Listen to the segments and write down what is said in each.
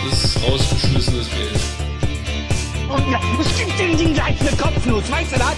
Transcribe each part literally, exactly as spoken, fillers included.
Das ist rausgeschmissenes Geld. Und ja, es gibt den Ding gleich eine Kopfnuss, weißt du das?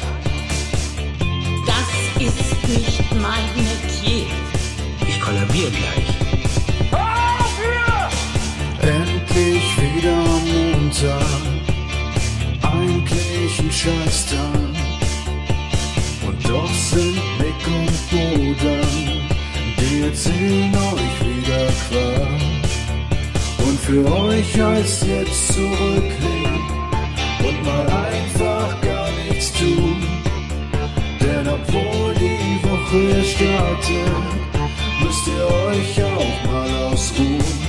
Das ist nicht mein Metier. Ich kollabiere gleich. Auf Endlich wieder Montag, eigentlich ein Scheißtag. Und doch sind Nick und Bodan, die erzählen euch wieder Quatsch. Und für euch heißt jetzt zurücklehnen und mal einfach gar nichts tun. Denn obwohl die Woche startet, müsst ihr euch auch mal ausruhen.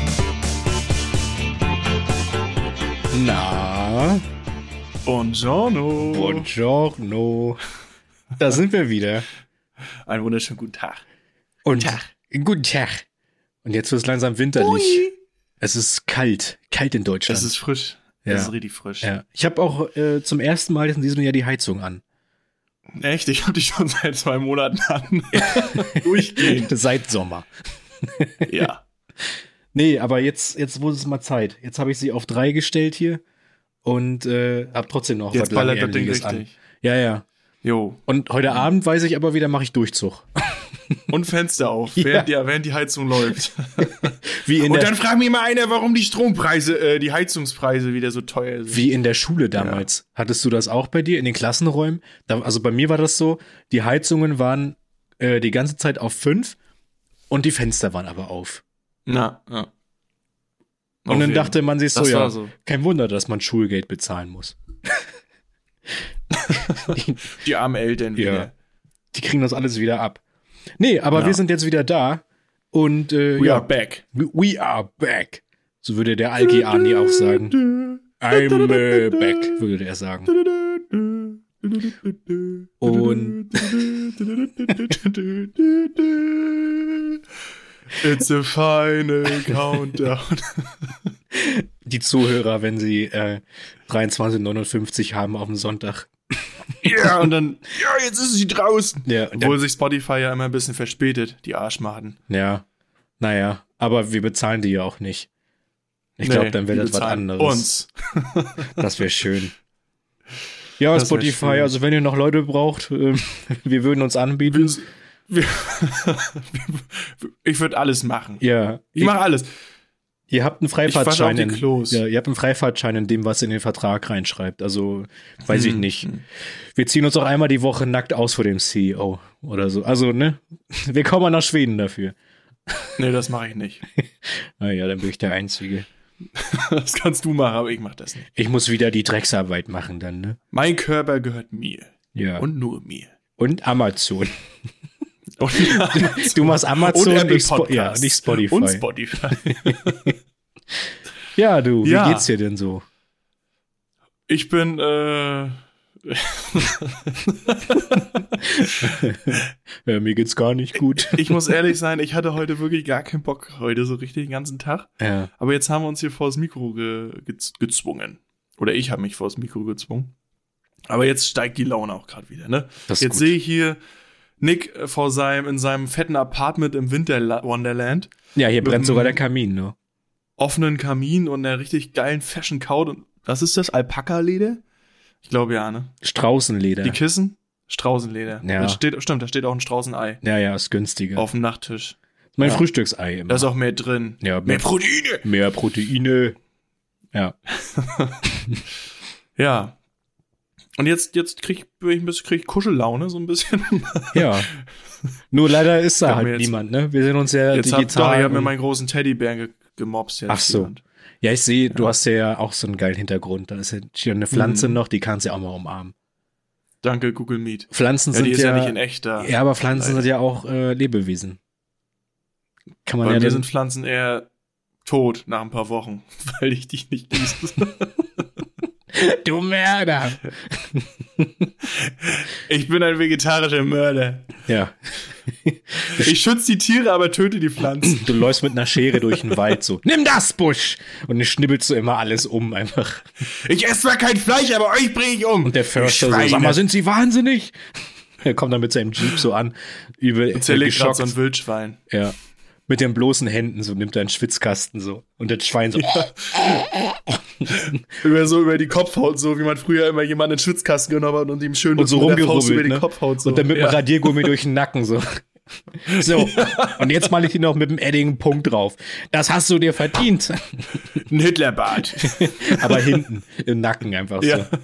Na, Buongiorno. buongiorno. Da sind wir wieder. Einen wunderschönen guten Tag. Und Tag. Guten Tag. Und jetzt wird es langsam winterlich. Ui. Es ist kalt. Kalt in Deutschland. Es ist frisch. Ja. Es ist richtig frisch. Ja. Ich habe auch äh, zum ersten Mal in diesem Jahr die Heizung an. Echt? Ich habe die schon seit zwei Monaten an. Durchgehend. Seit Sommer. Ja. Nee, aber jetzt, jetzt wurde es mal Zeit. Jetzt habe ich sie auf drei gestellt hier und äh, habe trotzdem noch Jetzt was ballert das Ding Langärmeliges an. richtig. Ja, ja. Jo. Und heute Abend weiß ich aber wieder, mache ich Durchzug. Und Fenster auf, Ja. während, die, während die Heizung läuft. Wie in, Und der, dann fragt mich mal einer, warum die Strompreise, äh, die Heizungspreise wieder so teuer sind. wie in der Schule damals. Hattest du das auch bei dir in den Klassenräumen? Da, also bei mir war das so, die Heizungen waren äh, die ganze Zeit auf fünf und die Fenster waren aber auf. Na, ja. Und Auf dann jeden. dachte man sich so, Das ja, war so. kein Wunder, dass man Schulgeld bezahlen muss. Die armen Eltern wieder. Ja. Die kriegen das alles wieder ab. Nee, aber Ja. wir sind jetzt wieder da und äh, We ja, are back. we are back. So würde der Alki Arni auch sagen. I'm äh, back, würde er sagen. Und It's a final countdown. die Zuhörer, wenn sie äh, dreiundzwanzig Uhr neunundfünfzig haben auf dem Sonntag. Ja, und dann, ja, jetzt ist sie draußen. Ja, und Obwohl dann, sich Spotify ja immer ein bisschen verspätet, die Arschmaden. ja, naja, aber wir bezahlen die ja auch nicht. Ich glaube, Nee, dann wäre die das was bezahlen anderes. Uns. Das wäre schön. Ja, Das wär Spotify, schön. also wenn ihr noch Leute braucht, äh, wir würden uns anbieten. Wir, ich würde alles machen. Ja, Ich mache alles. ihr habt einen Ich wasche Freifahrtschein. auch die in, Klos. ja, ihr habt einen Freifahrtschein in dem, was in den Vertrag reinschreibt. Also, weiß ich Hm, nicht. hm. Wir ziehen uns auch einmal die Woche nackt aus vor dem C E O oder so. Also, ne? Wir kommen nach Schweden dafür. Nee, das mache ich nicht. Naja, dann bin ich der Einzige. Das kannst du machen, aber ich mache das nicht. Ich muss wieder die Drecksarbeit machen dann, ne? Mein Körper gehört mir. Ja. Und, Und nur mir. und Amazon. Und Du machst Amazon, und Apple ich Spo- ja, Podcasts. nicht Spotify. Und Spotify. Ja, du, wie Ja. geht's dir denn so? Ich bin, äh, Ja, mir geht's gar nicht gut. ich muss ehrlich sein, ich hatte heute wirklich gar keinen Bock heute so richtig den ganzen Tag. Ja. Aber jetzt haben wir uns hier vors Mikro ge gez gezwungen. Oder ich habe mich vors Mikro gezwungen. Aber jetzt steigt die Laune auch gerade wieder, ne? Das ist Jetzt gut. sehe ich hier Nick vor seinem, in seinem fetten Apartment im Winter Wonderland. Ja, hier Mit brennt dem- sogar der Kamin, ne? Offenen Kamin und einer richtig geilen Fashion Couch. Und was ist das? Alpaka-Leder? Ich glaube ja, ne? Straußenleder. Die Kissen? Straußenleder. Ja. Da steht, stimmt, da steht auch ein Straußenei Ja, ja, ist günstiger. auf dem Nachttisch. Mein ja. Frühstücksei immer. Da ist auch mehr drin. Ja, mehr mehr- Proteine. Mehr Proteine. Ja. Ja. Und jetzt, jetzt krieg ich, bin ich ein bisschen, krieg ich Kuschellaune, so ein bisschen. Ja. Nur leider ist da hab mir halt jetzt- niemand, ne? Wir sind uns ja Jetzt hab, digital. doch, ich hab mir und- meinen großen Teddybär ge gemobst jetzt. Ach so. jemand. Ja, ich sehe, du hast ja auch so einen geilen Hintergrund. Da ist ja hier eine Pflanze Mhm. noch, die kannst du ja auch mal umarmen. Danke, Google Meet. Pflanzen Ja, sind die ist ja, ja nicht in echt da. ja, aber Pflanzen Leider. sind ja auch äh, Lebewesen. Kann man Bei ja mir dann, sind Pflanzen eher tot nach ein paar Wochen, weil ich die nicht gieße. du Mörder. Ich bin ein vegetarischer Mörder. Ja. Ich schütze die Tiere, aber töte die Pflanzen. Du läufst mit einer Schere durch den Wald so. Nimm das, Busch! Und dann schnibbelst du immer alles um einfach. Ich esse zwar kein Fleisch, aber euch bringe ich um. Und der Förster so, Schweine. sag mal, sind sie wahnsinnig? Er kommt dann mit seinem Jeep so an, übel Und zerlegt grad geschockt. so ein Wildschwein. Ja. mit den bloßen Händen, so nimmt er einen Schwitzkasten so. Und das Schwein so. Ja. über so über die Kopfhaut, so wie man früher immer jemanden in den Schwitzkasten genommen hat und ihm schön und so mit der Faust rumgerubbelt, über die ne? Kopfhaut so. Und dann mit ja. dem Radiergummi durch den Nacken so. So, und jetzt male ich ihn noch mit dem Edding Punkt drauf. Das hast du dir verdient. Ein Hitlerbart. Aber hinten, im Nacken einfach so. Ja.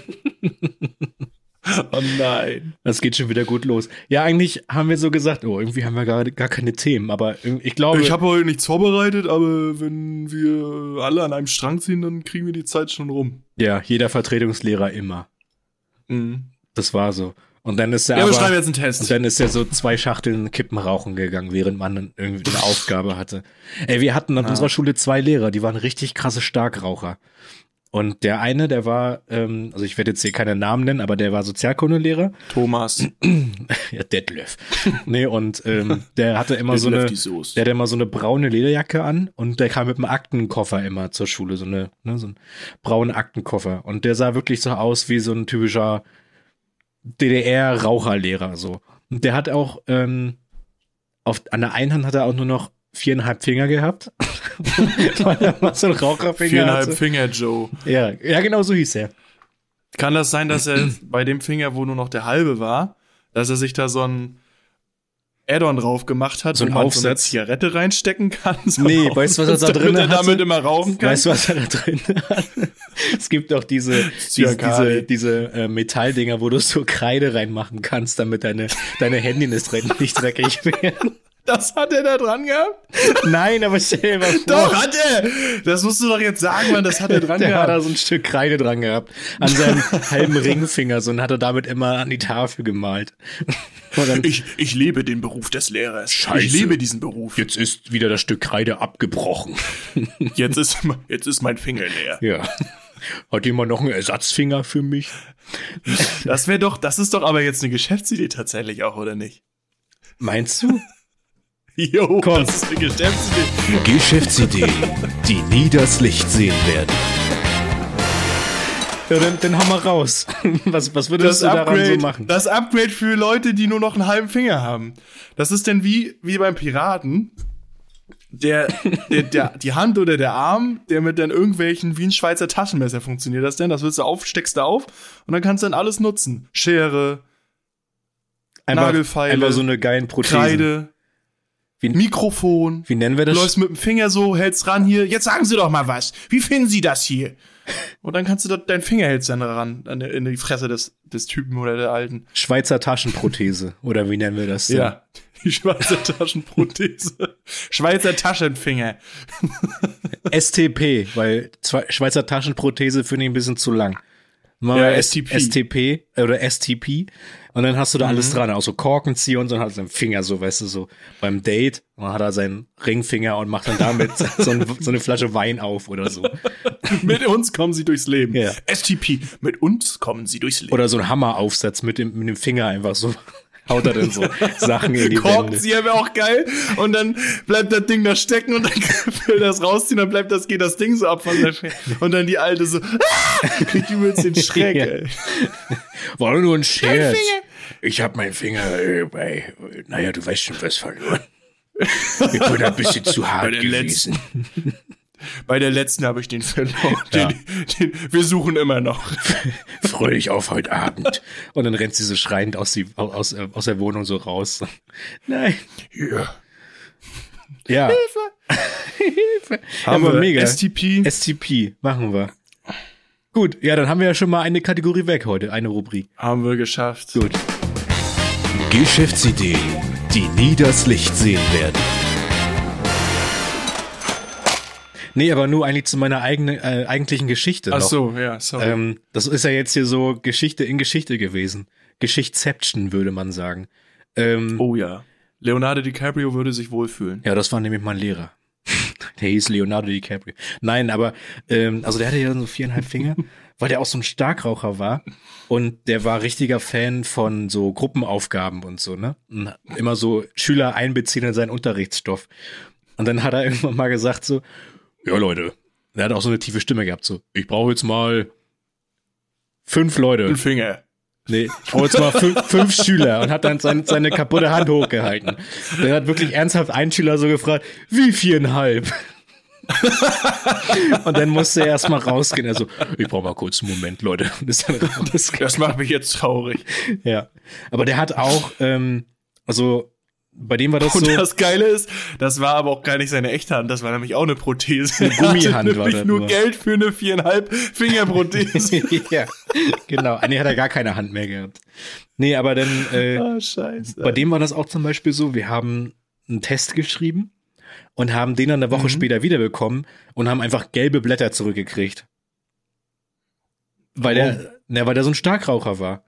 Oh nein. Das geht schon wieder gut los. Ja, eigentlich haben wir so gesagt, oh, irgendwie haben wir gar, gar keine Themen, aber ich glaube... Ich habe heute nichts vorbereitet, aber wenn wir alle an einem Strang ziehen, dann kriegen wir die Zeit schon rum. Ja, jeder Vertretungslehrer immer. Mhm. Das war so. Und dann ist er Ja, aber, wir schreiben jetzt einen Test. Und dann ist er so zwei Schachteln Kippen rauchen gegangen, während man dann irgendwie eine Aufgabe hatte. Ey, wir hatten an Ja. unserer Schule zwei Lehrer, die waren richtig krasse Starkraucher. Und der eine, der war, ähm, also ich werde jetzt hier keine Namen nennen, aber der war Sozialkundelehrer. Thomas. Ja, Detlef. Nee, und ähm, der hatte immer so Detlef eine, die Soße. der hatte immer so eine braune Lederjacke an und der kam mit einem Aktenkoffer immer zur Schule, so eine, ne, so ein braunen Aktenkoffer. Und der sah wirklich so aus wie so ein typischer D D R-Raucherlehrer, so. Und der hat auch, ähm, auf, an der einen Hand hat er auch nur noch viereinhalb Finger gehabt. Weil er mal so ein Raucherfinger Viereinhalb hatte. Finger, Joe. Ja, ja, genau so hieß er. Kann das sein, dass er bei dem Finger, wo nur noch der halbe war, dass er sich da so ein Add-on drauf gemacht hat, So ein wo man Aufsatz? so eine Zigarette reinstecken kann? So Nee, weißt du, was er da drin damit er hatte? damit immer rauchen kann? Weißt du, was er da drin hat? Es gibt auch diese, diese, diese, diese äh, Metalldinger, wo du so Kreide reinmachen kannst, damit deine, deine Hände nicht dreckig werden. Das hat er da dran gehabt? Nein, aber stell dir mal vor. Doch, hat er! Das musst du doch jetzt sagen, Mann, das hat er dran Der hat da gehabt. so ein Stück Kreide dran gehabt. An seinem halben Ringfinger, so, und hat er damit immer an die Tafel gemalt. Und dann, Ich, ich lebe den Beruf des Lehrers. Scheiße. Ich lebe diesen Beruf. jetzt ist wieder das Stück Kreide abgebrochen. Jetzt ist, jetzt ist mein Finger leer. Ja. Hat jemand noch einen Ersatzfinger für mich? Das wäre doch, das ist doch aber jetzt eine Geschäftsidee tatsächlich auch, oder nicht? Meinst du? Jo, Komm. das ist eine Geschäftsidee. Geschäftsideen, die nie das Licht sehen werden. Ja, dann, dann hau mal raus. Was, was würdest Das du daran Upgrade, so machen? das Upgrade für Leute, die nur noch einen halben Finger haben. Das ist denn wie, wie beim Piraten. Der, der, der, die Hand oder der Arm, der mit dann irgendwelchen, wie ein Schweizer Taschenmesser funktioniert das denn? Das willst du auf, steckst du auf und dann kannst du dann alles nutzen. Schere, Einfach, Nagelfeile, einfach so eine geilen Prothesen. Kreide, Wie, Mikrofon. wie nennen wir Du das? läufst mit dem Finger so, hältst ran hier. Jetzt sagen Sie doch mal was. Wie finden Sie das hier? Und dann kannst du dort, deinen Finger hältst dann ran, an der, in die Fresse des, des Typen oder der Alten. Schweizer Taschenprothese. Oder wie nennen wir das? denn? Ja, die Schweizer Taschenprothese. Schweizer Taschenfinger. S T P, weil zwei, Schweizer Taschenprothese finde ich ein bisschen zu lang. Machen Ja, wir S T P. S T P äh, oder S T P und dann hast du da Mhm. alles dran, auch so Korkenzieher und so, und hat seinen Finger so, weißt du, so beim Date, und dann hat er seinen Ringfinger und macht dann damit so, ein, so eine Flasche Wein auf oder so. Mit uns kommen Sie durchs Leben. Ja. S T P. Mit uns kommen Sie durchs Leben. Oder so ein Hammeraufsatz mit dem, mit dem Finger einfach so. Haut er dann so Sachen in die Wände. Korkenzieher wäre auch geil. Und dann bleibt das Ding da stecken und dann will das rausziehen, dann bleibt das, geht das Ding so ab von der Finger. Und dann die Alte so, ah, kriegt übelst den Schreck, Ja. ey. War nur ein Scherz. Finger. Ich hab meinen Finger äh, bei, naja, du weißt schon, was verloren. Ich bin ein bisschen zu hart Bei der gewesen. Bei der letzten habe ich den verloren. Ja. Den, den, wir suchen immer noch. Freu dich auf heute Abend. Und dann rennt sie so schreiend aus, die, aus, äh, aus der Wohnung so raus. Nein. Ja. Ja. Hilfe. Haben Aber wir mega. S T P. S T P, machen wir. Gut, ja, dann haben wir ja schon mal eine Kategorie weg heute, eine Rubrik. Haben wir geschafft. Gut. Geschäftsideen, die nie das Licht sehen werden. Nee, aber nur eigentlich zu meiner eigenen, äh, eigentlichen Geschichte Ach noch. so, ja, sorry. Ähm, das ist ja jetzt hier so Geschichte in Geschichte gewesen. Geschichtception, würde man sagen. Ähm, Oh ja. Leonardo DiCaprio würde sich wohlfühlen. Ja, das war nämlich mein Lehrer. Der hieß Leonardo DiCaprio. Nein, aber, ähm, also der hatte ja so viereinhalb Finger, weil der auch so ein Starkraucher war. Und der war richtiger Fan von so Gruppenaufgaben und so, ne? Und immer so Schüler einbeziehen in seinen Unterrichtsstoff. Und dann hat er irgendwann mal gesagt so, ja Leute, der hat auch so eine tiefe Stimme gehabt, so, ich brauche jetzt mal fünf Leute. Ein Finger. Nee, ich brauche jetzt mal fünf, fünf Schüler und hat dann seine, seine kaputte Hand hochgehalten. Dann hat wirklich ernsthaft ein Schüler so gefragt, wie viereinhalb? Und dann musste er erstmal rausgehen. Also, ich brauche mal kurz einen Moment, Leute. Und ist dann raus. Das macht mich jetzt traurig. Ja, aber der hat auch, ähm, also bei dem war das Und so. das Geile ist, das war aber auch gar nicht seine echte Hand, das war nämlich auch eine Prothese. Eine Gummihand war das. das nur nur. Geld für eine viereinhalb Fingerprothese. Ja, genau. Nee, hat er gar keine Hand mehr gehabt. Nee, aber dann, äh, Ah, scheiße. bei dem war das auch zum Beispiel so, wir haben einen Test geschrieben und haben den dann eine Woche Mhm. später wiederbekommen und haben einfach gelbe Blätter zurückgekriegt. Weil der, na, weil der so ein Starkraucher war.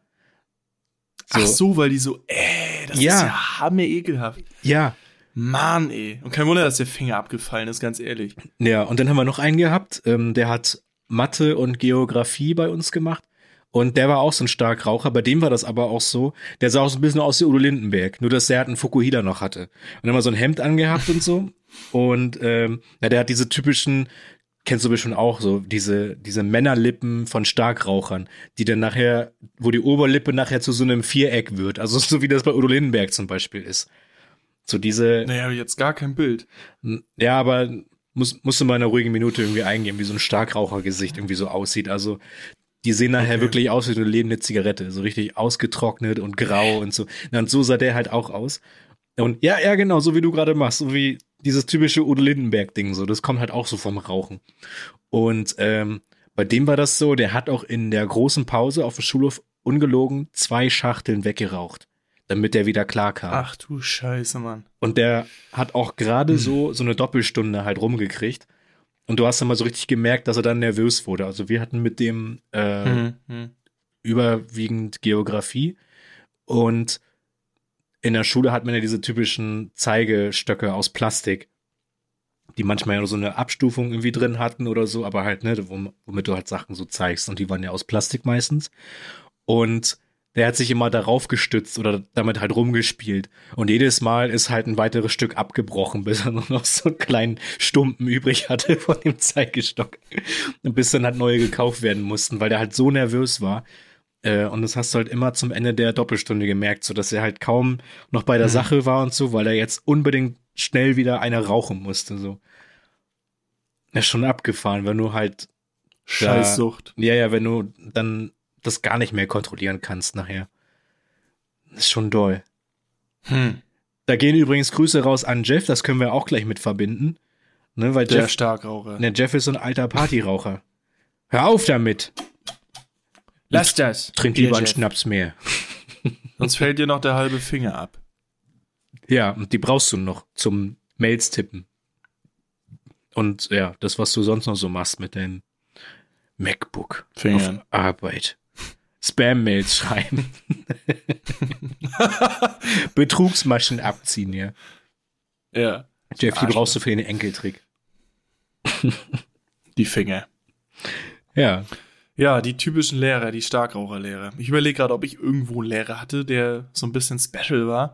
Ach so, weil die so, ey, das Ja. ist ja hammer ekelhaft. Ja. Mann, ey. Und kein Wunder, dass der Finger abgefallen ist, ganz ehrlich. Ja, und dann haben wir noch einen gehabt, ähm, der hat Mathe und Geografie bei uns gemacht. Und der war auch so ein Starkraucher. Bei dem war das aber auch so, der sah auch so ein bisschen aus wie Udo Lindenberg, nur dass der halt einen Fukuhila noch hatte. Und dann mal so ein Hemd angehabt und so. Und ähm, ja, der hat diese typischen, kennst du bestimmt auch so, diese diese Männerlippen von Starkrauchern, die dann nachher, wo die Oberlippe nachher zu so einem Viereck wird. Also so wie das bei Udo Lindenberg zum Beispiel ist. So diese, Naja, hab ich jetzt gar kein Bild. ja, aber muss, musste mal in einer ruhigen Minute irgendwie eingeben, wie so ein Starkrauchergesicht irgendwie so aussieht. Also die sehen nachher Okay. wirklich aus wie eine lebende Zigarette, so richtig ausgetrocknet und grau und so. Na, und so sah der halt auch aus. Und ja, ja, genau, so wie du gerade machst, so wie dieses typische Udo Lindenberg-Ding, so, das kommt halt auch so vom Rauchen. Und ähm, bei dem war das so, der hat auch in der großen Pause auf dem Schulhof ungelogen zwei Schachteln weggeraucht, damit der wieder klar kam. Ach du Scheiße, Mann. Und der hat auch gerade so so eine Doppelstunde halt rumgekriegt. Und du hast dann mal so richtig gemerkt, dass er dann nervös wurde. Also wir hatten mit dem äh, Mhm. Mhm. überwiegend Geografie. Und in der Schule hat man ja diese typischen Zeigestöcke aus Plastik, die manchmal ja so eine Abstufung irgendwie drin hatten oder so, aber halt, ne, wom- womit du halt Sachen so zeigst. Und die waren ja aus Plastik meistens. Und der hat sich immer darauf gestützt oder damit halt rumgespielt. Und jedes Mal ist halt ein weiteres Stück abgebrochen, bis er nur noch so einen kleinen Stumpen übrig hatte von dem Zeigestock. Und bis dann halt neue gekauft werden mussten, weil der halt so nervös war. Äh, und das hast du halt immer zum Ende der Doppelstunde gemerkt, so dass er halt kaum noch bei der Mhm. Sache war und so, weil er jetzt unbedingt schnell wieder eine rauchen musste, so. Er ist schon abgefahren, wenn du halt Scheißsucht. ja, ja, wenn du dann das gar nicht mehr kontrollieren kannst nachher. Das ist schon doll. Hm. Da gehen übrigens Grüße raus an Jeff, das können wir auch gleich mit verbinden. Ne, weil Der Jeff, Starkraucher. ne, Jeff ist so ein alter Partyraucher. Hör auf damit! Lass das. Trink Hier, lieber einen Jeff. Schnaps mehr. Sonst fällt dir noch der halbe Finger ab. Ja, und die brauchst du noch zum Mails tippen. Und ja, das, was du sonst noch so machst mit deinem MacBook Fingern. auf Arbeit. Spam-Mails schreiben. Betrugsmaschen abziehen, ja. Ja. Jeff, die Arschloch. brauchst du für den Enkeltrick. Die Finger. Ja. Ja, die typischen Lehrer, die Starkraucherlehrer. Ich überlege gerade, ob ich irgendwo einen Lehrer hatte, der so ein bisschen special war.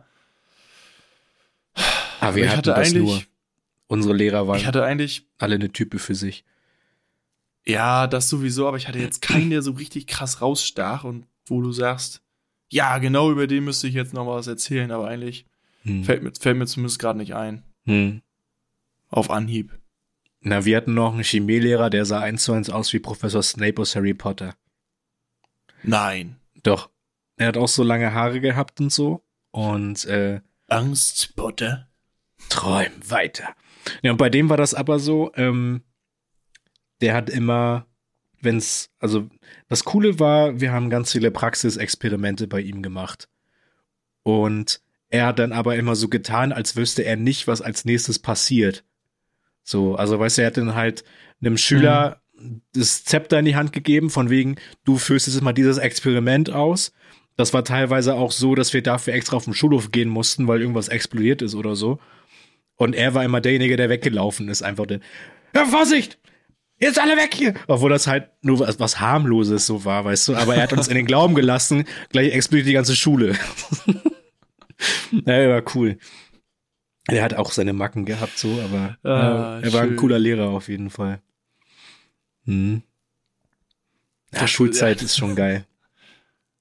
Aber wir ich hatten hatte das eigentlich- nur. Unsere Lehrer waren Ich hatte eigentlich, alle eine Type für sich. ja, das sowieso, aber ich hatte jetzt keinen, der so richtig krass rausstach und wo du sagst, ja, genau über den müsste ich jetzt noch was erzählen, aber eigentlich Hm. fällt mir, fällt mir zumindest gerade nicht ein. Hm. Auf Anhieb. Na, wir hatten noch einen Chemielehrer, der sah eins zu eins aus wie Professor Snape aus Harry Potter. Nein. Doch. Er hat auch so lange Haare gehabt und so. Und äh, Angst, Potter. träum weiter. Ja, und bei dem war das aber so, ähm, der hat immer, wenn's, also das Coole war, wir haben ganz viele Praxisexperimente bei ihm gemacht. Und er hat dann aber immer so getan, als wüsste er nicht, was als nächstes passiert. So, also weißt du, er hat dann halt einem Schüler das Zepter in die Hand gegeben, von wegen, du führst jetzt mal dieses Experiment aus. Das war teilweise auch so, dass wir dafür extra auf den Schulhof gehen mussten, weil irgendwas explodiert ist oder so. Und er war immer derjenige, der weggelaufen ist, einfach der, ja, Vorsicht! Jetzt alle weg hier! Obwohl das halt nur was, was harmloses so war, weißt du, aber er hat uns in den Glauben gelassen, gleich explodiert die ganze Schule. Ja, er war cool. Er hat auch seine Macken gehabt, so, aber Ah, äh, er war ein schön. cooler Lehrer auf jeden Fall. Hm. Ja, Das- Schulzeit ist schon geil.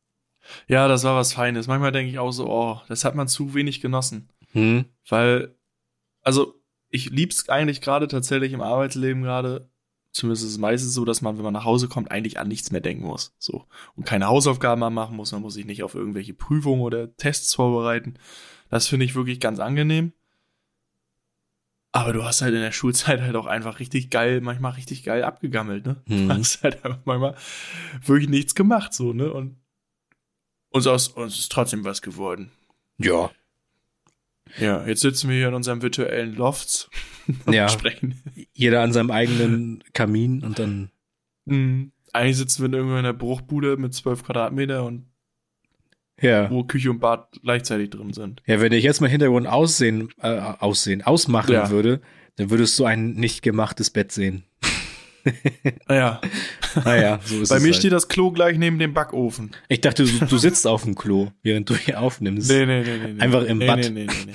Ja, das war was Feines. Manchmal denke ich auch so, oh, das hat man zu wenig genossen. Hm? Weil, also, ich lieb's eigentlich gerade tatsächlich im Arbeitsleben gerade, zumindest ist es meistens so, dass man, wenn man nach Hause kommt, eigentlich an nichts mehr denken muss. So. Und keine Hausaufgaben mehr machen muss, man muss sich nicht auf irgendwelche Prüfungen oder Tests vorbereiten. Das finde ich wirklich ganz angenehm. Aber du hast halt in der Schulzeit halt auch einfach richtig geil, manchmal richtig geil abgegammelt, ne? Mhm. Du hast halt einfach manchmal wirklich nichts gemacht, so, ne? Und uns aus uns ist trotzdem was geworden. Ja. Ja, jetzt sitzen wir hier in unserem virtuellen Lofts und Ja. sprechen. Jeder an seinem eigenen Kamin und dann. Mhm. Eigentlich sitzen wir irgendwo in einer Bruchbude mit zwölf Quadratmeter und Ja. wo Küche und Bad gleichzeitig drin sind. Ja, wenn ich jetzt mal Hintergrund aussehen, äh, aussehen, ausmachen Ja. würde, dann würdest du ein nicht gemachtes Bett sehen. Naja, Naja, so ist bei es mir halt. steht das Klo gleich neben dem Backofen. Ich dachte, du, du sitzt auf dem Klo, während du hier aufnimmst. Nee, nee, nee, nee. nee. Einfach im nee, Bad. Nee, nee, nee,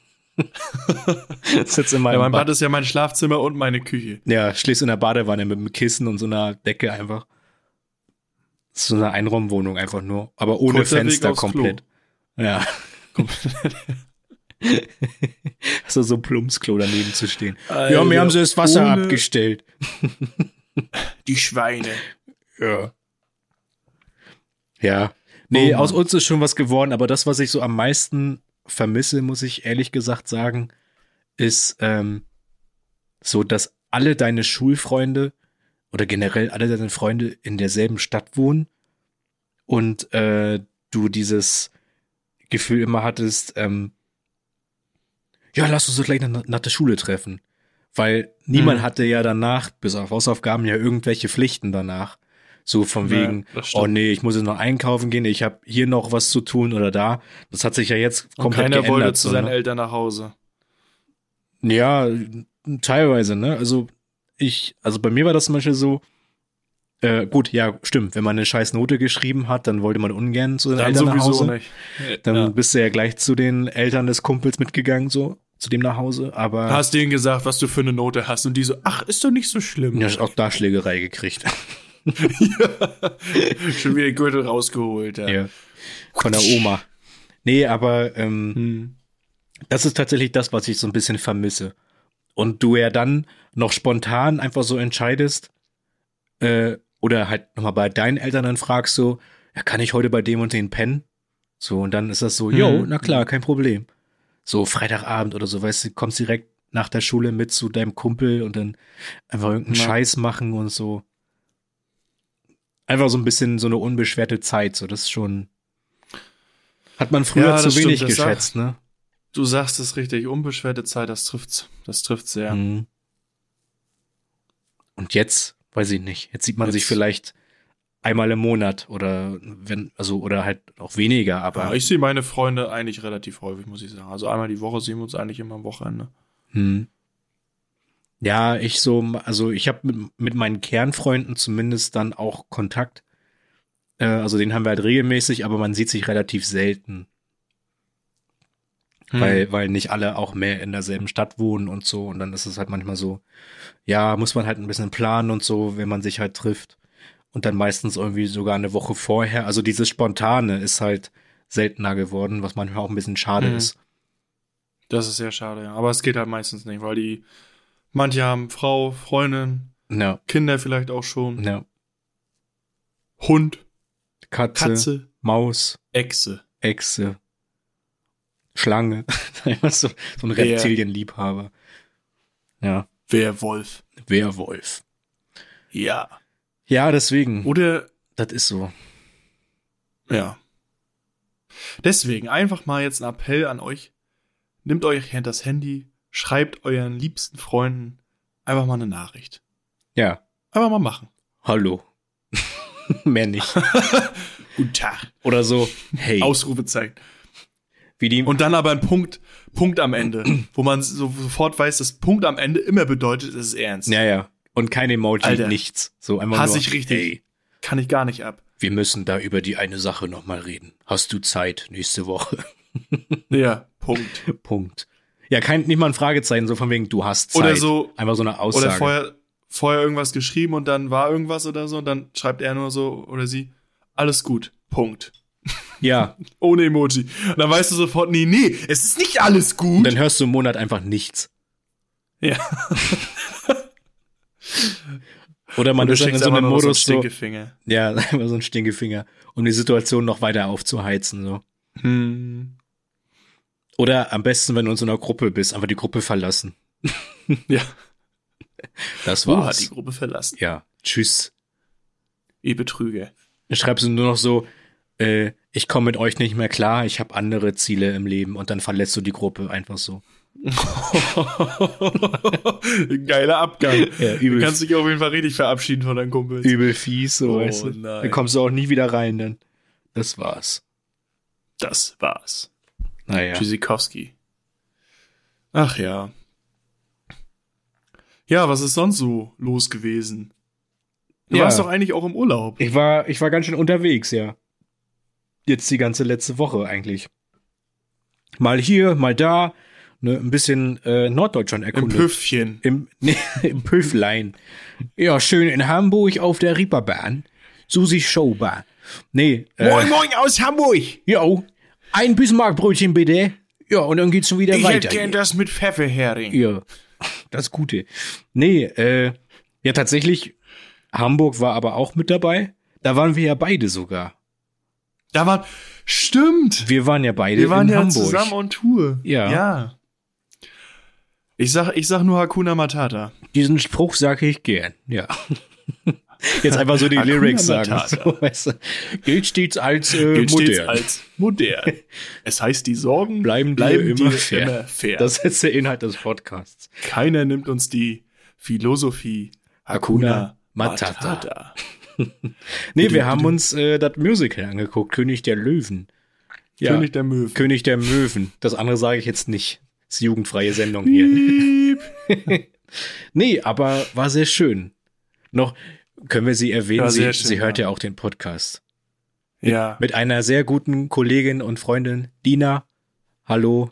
nee. Sitzt in meinem Ja, mein Bad. Bad ist ja mein Schlafzimmer und meine Küche. Ja, schläfst in der Badewanne mit einem Kissen und so einer Decke einfach. Das ist so eine Einraumwohnung einfach nur, aber ohne Kurzer Weg Fenster aufs komplett. Ja. Hast du so ein Plumpsklo daneben zu stehen. Alter, ja, mir haben sie das Wasser ohne- abgestellt. Die Schweine. Ja. Ja. Nee, Oh aus Mann. uns ist schon was geworden, aber das, was ich so am meisten vermisse, muss ich ehrlich gesagt sagen, ist ähm, so, dass alle deine Schulfreunde oder generell alle deine Freunde in derselben Stadt wohnen und äh, du dieses Gefühl immer hattest, ähm, ja, lass uns doch gleich nach, nach der Schule treffen. Weil niemand Mhm. hatte ja danach, bis auf Hausaufgaben, ja irgendwelche Pflichten danach. So von Ja, wegen, das stimmt. oh nee, ich muss jetzt noch einkaufen gehen, ich habe hier noch was zu tun oder da. Das hat sich ja jetzt Und komplett keiner geändert. wollte zu so, seinen ne? Eltern nach Hause. Ja, teilweise, ne? Also ich, also bei mir war das zum Beispiel so, äh, gut, ja, stimmt, wenn man eine scheiß Note geschrieben hat, dann wollte man ungern zu den Dann Eltern nach sowieso Hause. nicht. Dann ja. bist du ja gleich zu den Eltern des Kumpels mitgegangen, so, zu dem nach Hause, aber Hast denen gesagt, was du für eine Note hast und die so, ach, ist doch nicht so schlimm. ja, auch da Schlägerei gekriegt. Schon wieder den Gürtel rausgeholt. Ja. Ja. Von der Oma. Nee, aber ähm, Hm. das ist tatsächlich das, was ich so ein bisschen vermisse. Und du ja dann noch spontan einfach so entscheidest, äh, oder halt nochmal bei deinen Eltern dann fragst so, ja, kann ich heute bei dem und den pennen? So, und dann ist das so, jo, Mhm. na klar, kein Problem. So Freitagabend oder so, weißt du, kommst direkt nach der Schule mit zu deinem Kumpel und dann einfach irgendeinen Ja. Scheiß machen und so. Einfach so ein bisschen so eine unbeschwerte Zeit, so, das ist schon, hat man früher Ja, zu das stimmt, wenig das geschätzt, ne? Du sagst es richtig, unbeschwerte Zeit, das trifft's. Das trifft's sehr. Mhm. Und jetzt, weiß ich nicht, jetzt sieht man Jetzt- sich vielleicht einmal im Monat oder wenn, also oder halt auch weniger, aber Ja, ich sehe meine Freunde eigentlich relativ häufig, muss ich sagen. Also einmal die Woche sehen wir uns eigentlich immer am Wochenende. hm. Ja, ich so, also ich habe mit, mit meinen Kernfreunden zumindest dann auch Kontakt. Äh, also den haben wir halt regelmäßig, aber man sieht sich relativ selten. Hm. Weil, weil nicht alle auch mehr in derselben Stadt wohnen und so. Und dann ist es halt manchmal so, ja, muss man halt ein bisschen planen und so, wenn man sich halt trifft. Und dann meistens irgendwie sogar eine Woche vorher. Also dieses Spontane ist halt seltener geworden, was manchmal auch ein bisschen schade Mhm. ist. Das ist sehr schade, ja. Aber es geht halt meistens nicht, weil die, manche haben Frau, Freundin, Ja, Kinder vielleicht auch schon, ja. Hund, Katze, Katze, Maus, Echse. Echse, Schlange. Einfach so, so ein Bär. Reptilienliebhaber. Ja, Werwolf. Werwolf. Ja. Ja, deswegen. Oder, Das ist so. ja. Deswegen einfach mal jetzt ein Appell an euch. Nehmt euch das Handy, schreibt euren liebsten Freunden einfach mal eine Nachricht. Ja, Einfach mal machen. hallo. Mehr nicht. Guten Tag. Oder so, hey, Ausrufezeichen. wie die, Und dann aber ein Punkt, Punkt am Ende, wo man so, sofort weiß, dass Punkt am Ende immer bedeutet, es ist ernst. ja, ja. Und kein Emoji, Alter, nichts. So einmal hasse nur, ich richtig. hey, Kann ich gar nicht ab. wir müssen da über die eine Sache nochmal reden. Hast du Zeit nächste Woche? Ja, Punkt. Punkt. Ja, kein, nicht mal ein Fragezeichen, so von wegen, du hast Zeit. Oder so- Einfach so eine Aussage. Oder vorher, vorher irgendwas geschrieben und dann war irgendwas oder so und dann schreibt er nur so oder sie, alles gut, Punkt. Ja. Ohne Emoji. Und dann weißt du sofort, nee, nee, es ist nicht alles gut. Und dann hörst du im Monat einfach nichts. Ja. Oder man Und du ist dann in schickst so einem einfach nur Modus so einen so, Stinkefinger. ja, einfach so ein Stinkefinger, um die Situation noch weiter aufzuheizen, so. Hm. Oder am besten, wenn du in so einer Gruppe bist, einfach die Gruppe verlassen. Ja. Das Wo hat war's. die Gruppe verlassen? Ja, tschüss. Ihr Betrüger. Dann schreibst du nur noch so, äh, ich komme mit euch nicht mehr klar, ich habe andere Ziele im Leben und dann verlässt du die Gruppe einfach so. Geiler Abgang. Ja, übel. Du kannst dich auf jeden Fall richtig verabschieden von deinen Kumpels. Übel fies, so, Oh, weißt du. nein. Dann kommst du auch nie wieder rein, dann. Das war's. Das war's. Naja. Tschüssikowski. Ach ja. Ja, was ist sonst so los gewesen? Du Ja. warst doch eigentlich auch im Urlaub. Ich war, ich war ganz schön unterwegs, ja. Jetzt die ganze letzte Woche eigentlich. Mal hier, mal da, ne, ein bisschen äh, Norddeutschland Im erkundet. Püffchen. Im, nee, im Püfflein. Ja, schön in Hamburg auf der Reeperbahn. Susi Showbar. Nee, äh, Moin, moin aus Hamburg. jo, ein Bismarckbrötchen bitte. Ja, und dann geht's schon wieder Ich weiter. hätte gern das mit Pfefferhering. Ja, das Gute. Nee, äh, ja, tatsächlich, Hamburg war aber auch mit dabei. Da waren wir ja beide sogar. Da waren, stimmt. Wir waren ja beide Wir waren in ja Hamburg. zusammen on Tour. Ja. Ja. Ich sag, ich sag nur Hakuna Matata. Diesen Spruch sage ich gern, ja. Jetzt einfach so die Hakuna Lyrics sagen. Matata. So, weißt du, gilt stets als äh, Gilt modern. stets als modern. Es heißt, die Sorgen Bleiben dir bleiben immer dir fair. immer fair. Das ist jetzt der Inhalt des Podcasts. Keiner nimmt uns die Philosophie Hakuna Hakuna Matata. Matata. Nee, wir haben uns äh, das Musical angeguckt, König der Löwen. Ja, König der Möwen. König der Möwen. Das andere sage ich jetzt nicht. Das ist jugendfreie Sendung hier. Piep. Nee, aber war sehr schön. Noch können wir sie erwähnen, War sie, sehr schön, sie hört ja. ja auch den Podcast. Ja. Mit einer sehr guten Kollegin und Freundin, Dina. Hallo.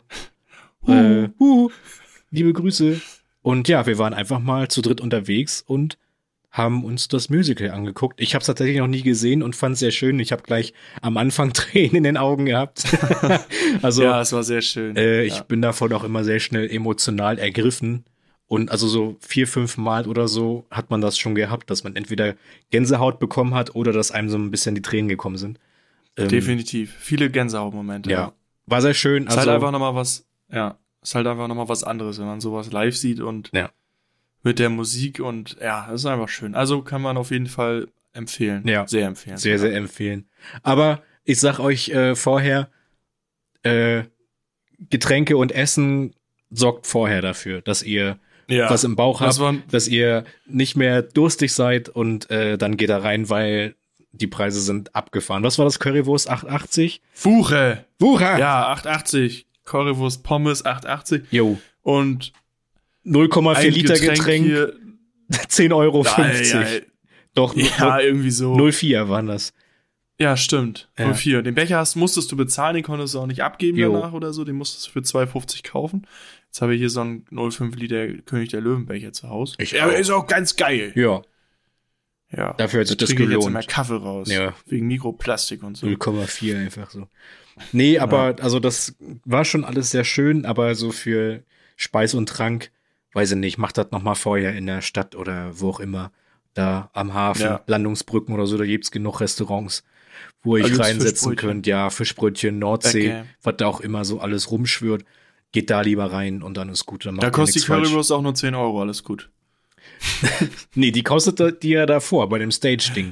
Äh, huh, liebe Grüße. Und ja, wir waren einfach mal zu dritt unterwegs und haben uns das Musical angeguckt. Ich habe es tatsächlich noch nie gesehen und fand es sehr schön. Ich habe gleich am Anfang Tränen in den Augen gehabt. Also Ja, es war sehr schön. äh, ich ja. bin davon auch immer sehr schnell emotional ergriffen. Und also so vier, fünf Mal oder so hat man das schon gehabt, dass man entweder Gänsehaut bekommen hat oder dass einem so ein bisschen die Tränen gekommen sind. Ähm, Definitiv. Viele Gänsehautmomente. Ja, war sehr schön. Es ist Also, halt einfach nochmal was, ja, es ist halt einfach nochmal was anderes, wenn man sowas live sieht und Ja. mit der Musik und ja, das ist einfach schön. Also kann man auf jeden Fall empfehlen. Ja. Sehr empfehlen. sehr, sehr empfehlen. Aber ich sag euch äh, vorher, äh, Getränke und Essen sorgt vorher dafür, dass ihr ja. was im Bauch Das habt, waren- dass ihr nicht mehr durstig seid und äh, dann geht er rein, weil die Preise sind abgefahren. Was war das? Currywurst acht achtzig? Fuche. Wuha! Ja, acht achtzig. Currywurst Pommes acht achtzig. Jo, Und null Komma vier ein Liter Getränk, Getränk, hier. zehn Euro fünfzig. Ja, ja, Doch, ja, irgendwie so. null Komma vier waren das. Ja, stimmt. Ja. null Komma vier. Den Becher hast, musstest du bezahlen, den konntest du auch nicht abgeben Jo. danach oder so. Den musstest du für zwei fünfzig kaufen. Jetzt habe ich hier so einen null Komma fünf Liter König der Löwenbecher zu Hause. Ich ja, auch. ist auch ganz geil. Ja, Ja. dafür hat sich das Trinke ich jetzt gelohnt. immer Kaffee raus. Ja. Wegen Mikroplastik und so. null Komma vier einfach so. Nee, aber also das war schon alles sehr schön, aber so für Speis und Trank, weiß ich nicht, macht das noch mal vorher in der Stadt oder wo auch immer, da am Hafen, Ja. Landungsbrücken oder so, da gibt's genug Restaurants, wo ihr Da euch gibt's reinsetzen Fischbrötchen. könnt. Ja, Fischbrötchen, Nordsee, Bäcke. was da auch immer so alles rumschwirrt. Geht da lieber rein und dann ist gut. Dann macht Da ihr kostet die nichts falsch. Currywurst auch nur zehn Euro, alles gut. Nee, die kostet die ja davor, bei dem Stage-Ding.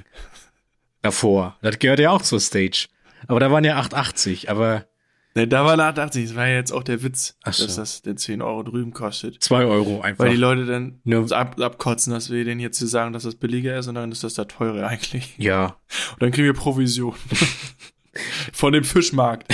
Davor. Das gehört ja auch zur Stage. Aber da waren ja acht achtzig, aber Ne, da war acht achtzig, das war ja jetzt auch der Witz, Ach so. dass das der zehn Euro drüben kostet. zwei Euro einfach. Weil die Leute dann Ne. uns ab, abkotzen, dass wir denen jetzt hier sagen, dass das billiger ist und dann ist das da teure eigentlich. Ja. Und dann kriegen wir Provision. Von dem Fischmarkt.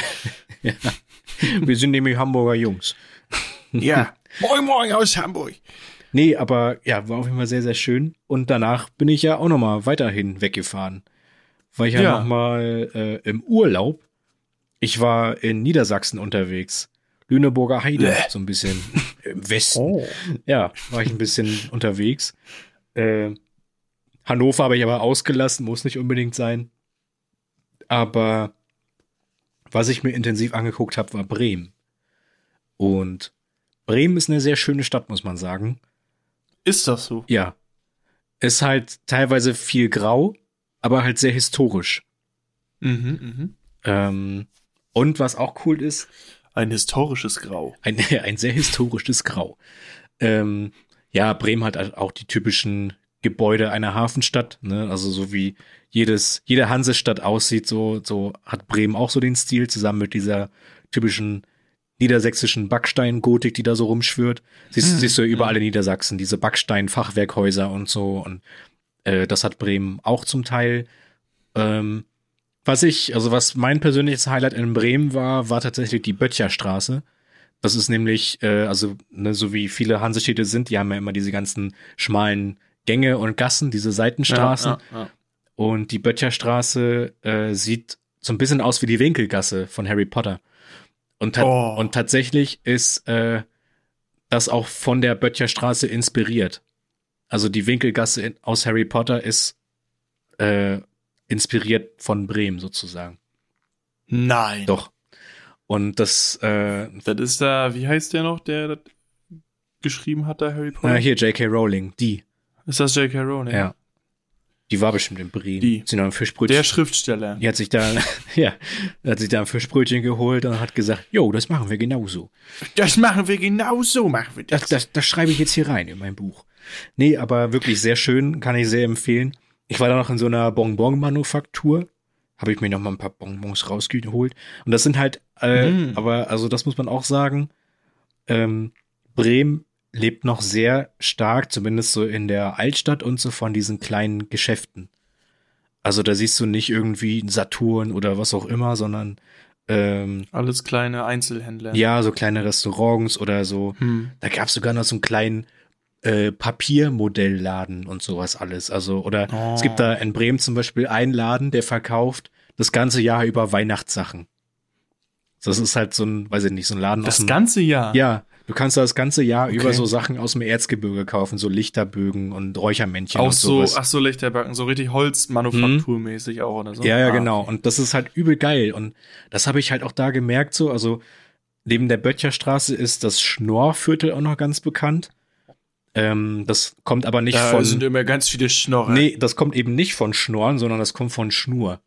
Wir sind nämlich Hamburger Jungs. Ja. Moin Moin aus Hamburg. Nee, aber ja, war auf jeden Fall sehr, sehr schön. Und danach bin ich ja auch noch mal weiterhin weggefahren. War ich ja, Ja. noch mal äh, im Urlaub. Ich war in Niedersachsen unterwegs. Lüneburger Heide, Bäh. so ein bisschen im Westen. Oh. Ja, war ich ein bisschen unterwegs. Äh, Hannover habe ich aber ausgelassen, muss nicht unbedingt sein. Aber was ich mir intensiv angeguckt habe, war Bremen. Und Bremen ist eine sehr schöne Stadt, muss man sagen. Ist das so? Ja. Ist halt teilweise viel grau, aber halt sehr historisch. Mhm, mhm. Ähm, und was auch cool ist, Ein historisches Grau. ein, ein sehr historisches Grau. Ähm, ja, Bremen hat halt auch die typischen Gebäude einer Hafenstadt, ne? Also so wie jedes, jede Hansestadt aussieht, so, so hat Bremen auch so den Stil, zusammen mit dieser typischen niedersächsischen Backstein-Gotik, die da so rumschwirrt. Siehst, Mhm. siehst du ja überall in Niedersachsen, diese Backstein-Fachwerkhäuser und so. Und äh, das hat Bremen auch zum Teil. Ähm, was ich, also was mein persönliches Highlight in Bremen war, war tatsächlich die Böttcherstraße. Das ist nämlich, äh, also ne, so wie viele Hansestädte sind, die haben ja immer diese ganzen schmalen Gänge und Gassen, diese Seitenstraßen. Ja, ja, ja. Und die Böttcherstraße äh, sieht so ein bisschen aus wie die Winkelgasse von Harry Potter. Und, ta- Oh. und tatsächlich ist äh, das auch von der Böttcherstraße inspiriert. Also die Winkelgasse in, aus Harry Potter ist äh, inspiriert von Bremen sozusagen. Nein. Doch. Und das, äh, Das ist da, wie heißt der noch, der das geschrieben hat, da Harry Potter? äh, hier J K. Rowling, die. Ist das J K. Rowling? Ja. Die war bestimmt in Bremen. Die. Sie noch ein Fischbrötchen. Der Schriftsteller. Die hat sich da, ja, hat sich da ein Fischbrötchen geholt und hat gesagt, jo, das machen wir genauso. Das machen wir genau so, machen wir Das, das, das schreibe ich jetzt hier rein in mein Buch. Nee, aber wirklich sehr schön, kann ich sehr empfehlen. Ich war da noch in so einer Bonbon-Manufaktur, habe ich mir noch mal ein paar Bonbons rausgeholt. Und das sind halt, äh, Mm. aber also das muss man auch sagen, ähm, Bremen lebt noch sehr stark, zumindest so in der Altstadt und so von diesen kleinen Geschäften. Also da siehst du nicht irgendwie einen Saturn oder was auch immer, sondern ähm, Alles kleine Einzelhändler. ja, so kleine Restaurants oder so. Hm. Da gab's sogar noch so einen kleinen äh, Papiermodellladen und sowas alles. Also, oder Oh. es gibt da in Bremen zum Beispiel einen Laden, der verkauft das ganze Jahr über Weihnachtssachen. Das ist halt so ein, weiß ich nicht, so ein Laden aus Das dem, ganze Jahr? ja, du kannst da das ganze Jahr Okay. über so Sachen aus dem Erzgebirge kaufen, so Lichterbögen und Räuchermännchen Auch und so, sowas. ach so, Lichterbacken, so richtig Holzmanufakturmäßig auch oder so. Ja, ja, Ah, genau. okay. Und das ist halt übel geil. Und das habe ich halt auch da gemerkt, so, also neben der Böttcherstraße ist das Schnorrviertel auch noch ganz bekannt. Ähm, das kommt aber nicht Da von. sind immer ganz viele Schnorrer. Nee, das kommt eben nicht von Schnorren, sondern das kommt von Schnur.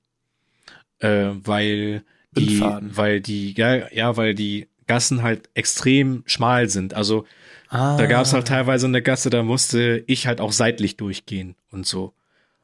Äh, weil die, Bindfaden. weil die, ja, ja, weil die Gassen halt extrem schmal sind. Also Ah. da gab es halt teilweise eine Gasse, da musste ich halt auch seitlich durchgehen und so.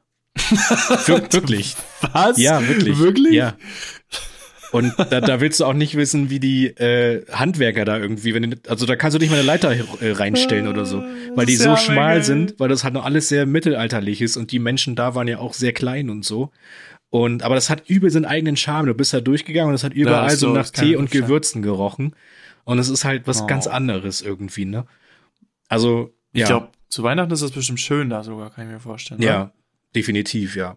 Wir- wirklich. Was? Ja, wirklich. Wirklich? Ja. Und da, da willst du auch nicht wissen, wie die äh, Handwerker da irgendwie, wenn du, also da kannst du nicht mal eine Leiter äh, reinstellen oder so, weil die ist so ja schmal geil. sind, weil das halt noch alles sehr mittelalterlich ist und die Menschen da waren ja auch sehr klein und so. Und aber das hat übel seinen eigenen Charme. Du bist da durchgegangen und es hat überall ist so so, nach das kann Tee ich und verstehen. Gewürzen gerochen. Und es ist halt was Oh. ganz anderes irgendwie, ne? Also, Ich ja. glaube, zu Weihnachten ist das bestimmt schön da sogar, kann ich mir vorstellen. Ja, oder? definitiv, ja.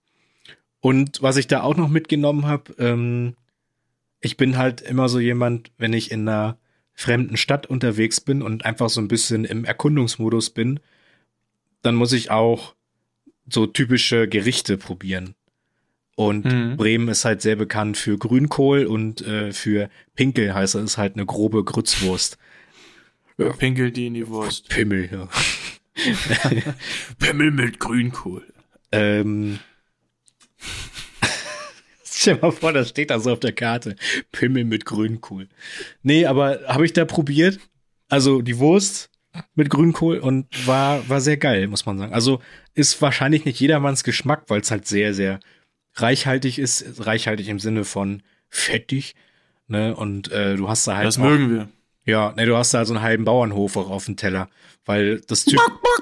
Und was ich da auch noch mitgenommen habe, ähm, ich bin halt immer so jemand, wenn ich in einer fremden Stadt unterwegs bin und einfach so ein bisschen im Erkundungsmodus bin, dann muss ich auch so typische Gerichte probieren. Und Mhm. Bremen ist halt sehr bekannt für Grünkohl und äh, für Pinkel heißt es ist halt eine grobe Grützwurst. Pinkelt die in die Wurst. Pimmel, ja. Pimmel mit Grünkohl. Ähm, stell mal vor, das steht da so auf der Karte. Pimmel mit Grünkohl. Nee, aber habe ich da probiert. Also die Wurst mit Grünkohl und war, war sehr geil, muss man sagen. Also ist wahrscheinlich nicht jedermanns Geschmack, weil es halt sehr, sehr reichhaltig ist. Reichhaltig im Sinne von fettig. Ne? Und äh, du hast da halt Das auch, mögen wir. ja, ne, du hast da so einen halben Bauernhof auch auf dem Teller, weil das Typ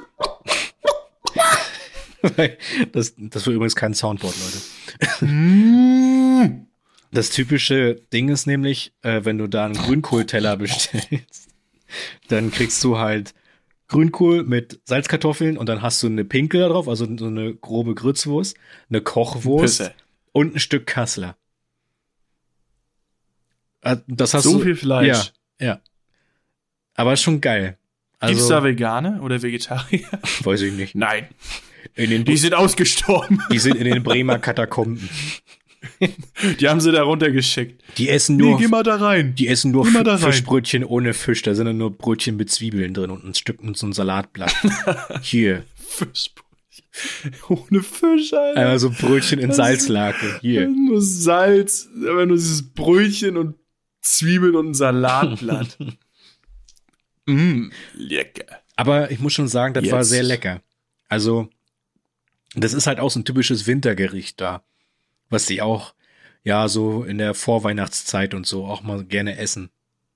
das, das war übrigens kein Soundboard, Leute. Das typische Ding ist nämlich, äh, wenn du da einen Grünkohlteller bestellst, dann kriegst du halt Grünkohl mit Salzkartoffeln und dann hast du eine Pinkel da drauf, also so eine grobe Grützwurst, eine Kochwurst Pisse. und ein Stück Kassler. Äh, Das hast So du, viel Fleisch. Ja, ja. Aber ist schon geil. Also, Gibt's da Veganer oder Vegetarier? weiß ich nicht. Nein. In den, Die sind ausgestorben. die sind in den Bremer Katakomben. Die haben sie da runtergeschickt. Die essen Nee, nur, geh mal da rein. die essen nur Geh mal F- da rein. Fischbrötchen ohne Fisch. Da sind dann nur Brötchen mit Zwiebeln drin und ein Stück und so ein Salatblatt. Hier. Fischbrötchen. Ohne Fisch, Alter. Einmal so Brötchen in Salzlake. Hier. Nur Salz, aber nur dieses Brötchen und Zwiebeln und ein Salatblatt. mm, lecker. Aber ich muss schon sagen, das war Jetzt. sehr lecker. Also, das ist halt auch so ein typisches Wintergericht da. Was die auch, ja, so in der Vorweihnachtszeit und so auch mal gerne essen.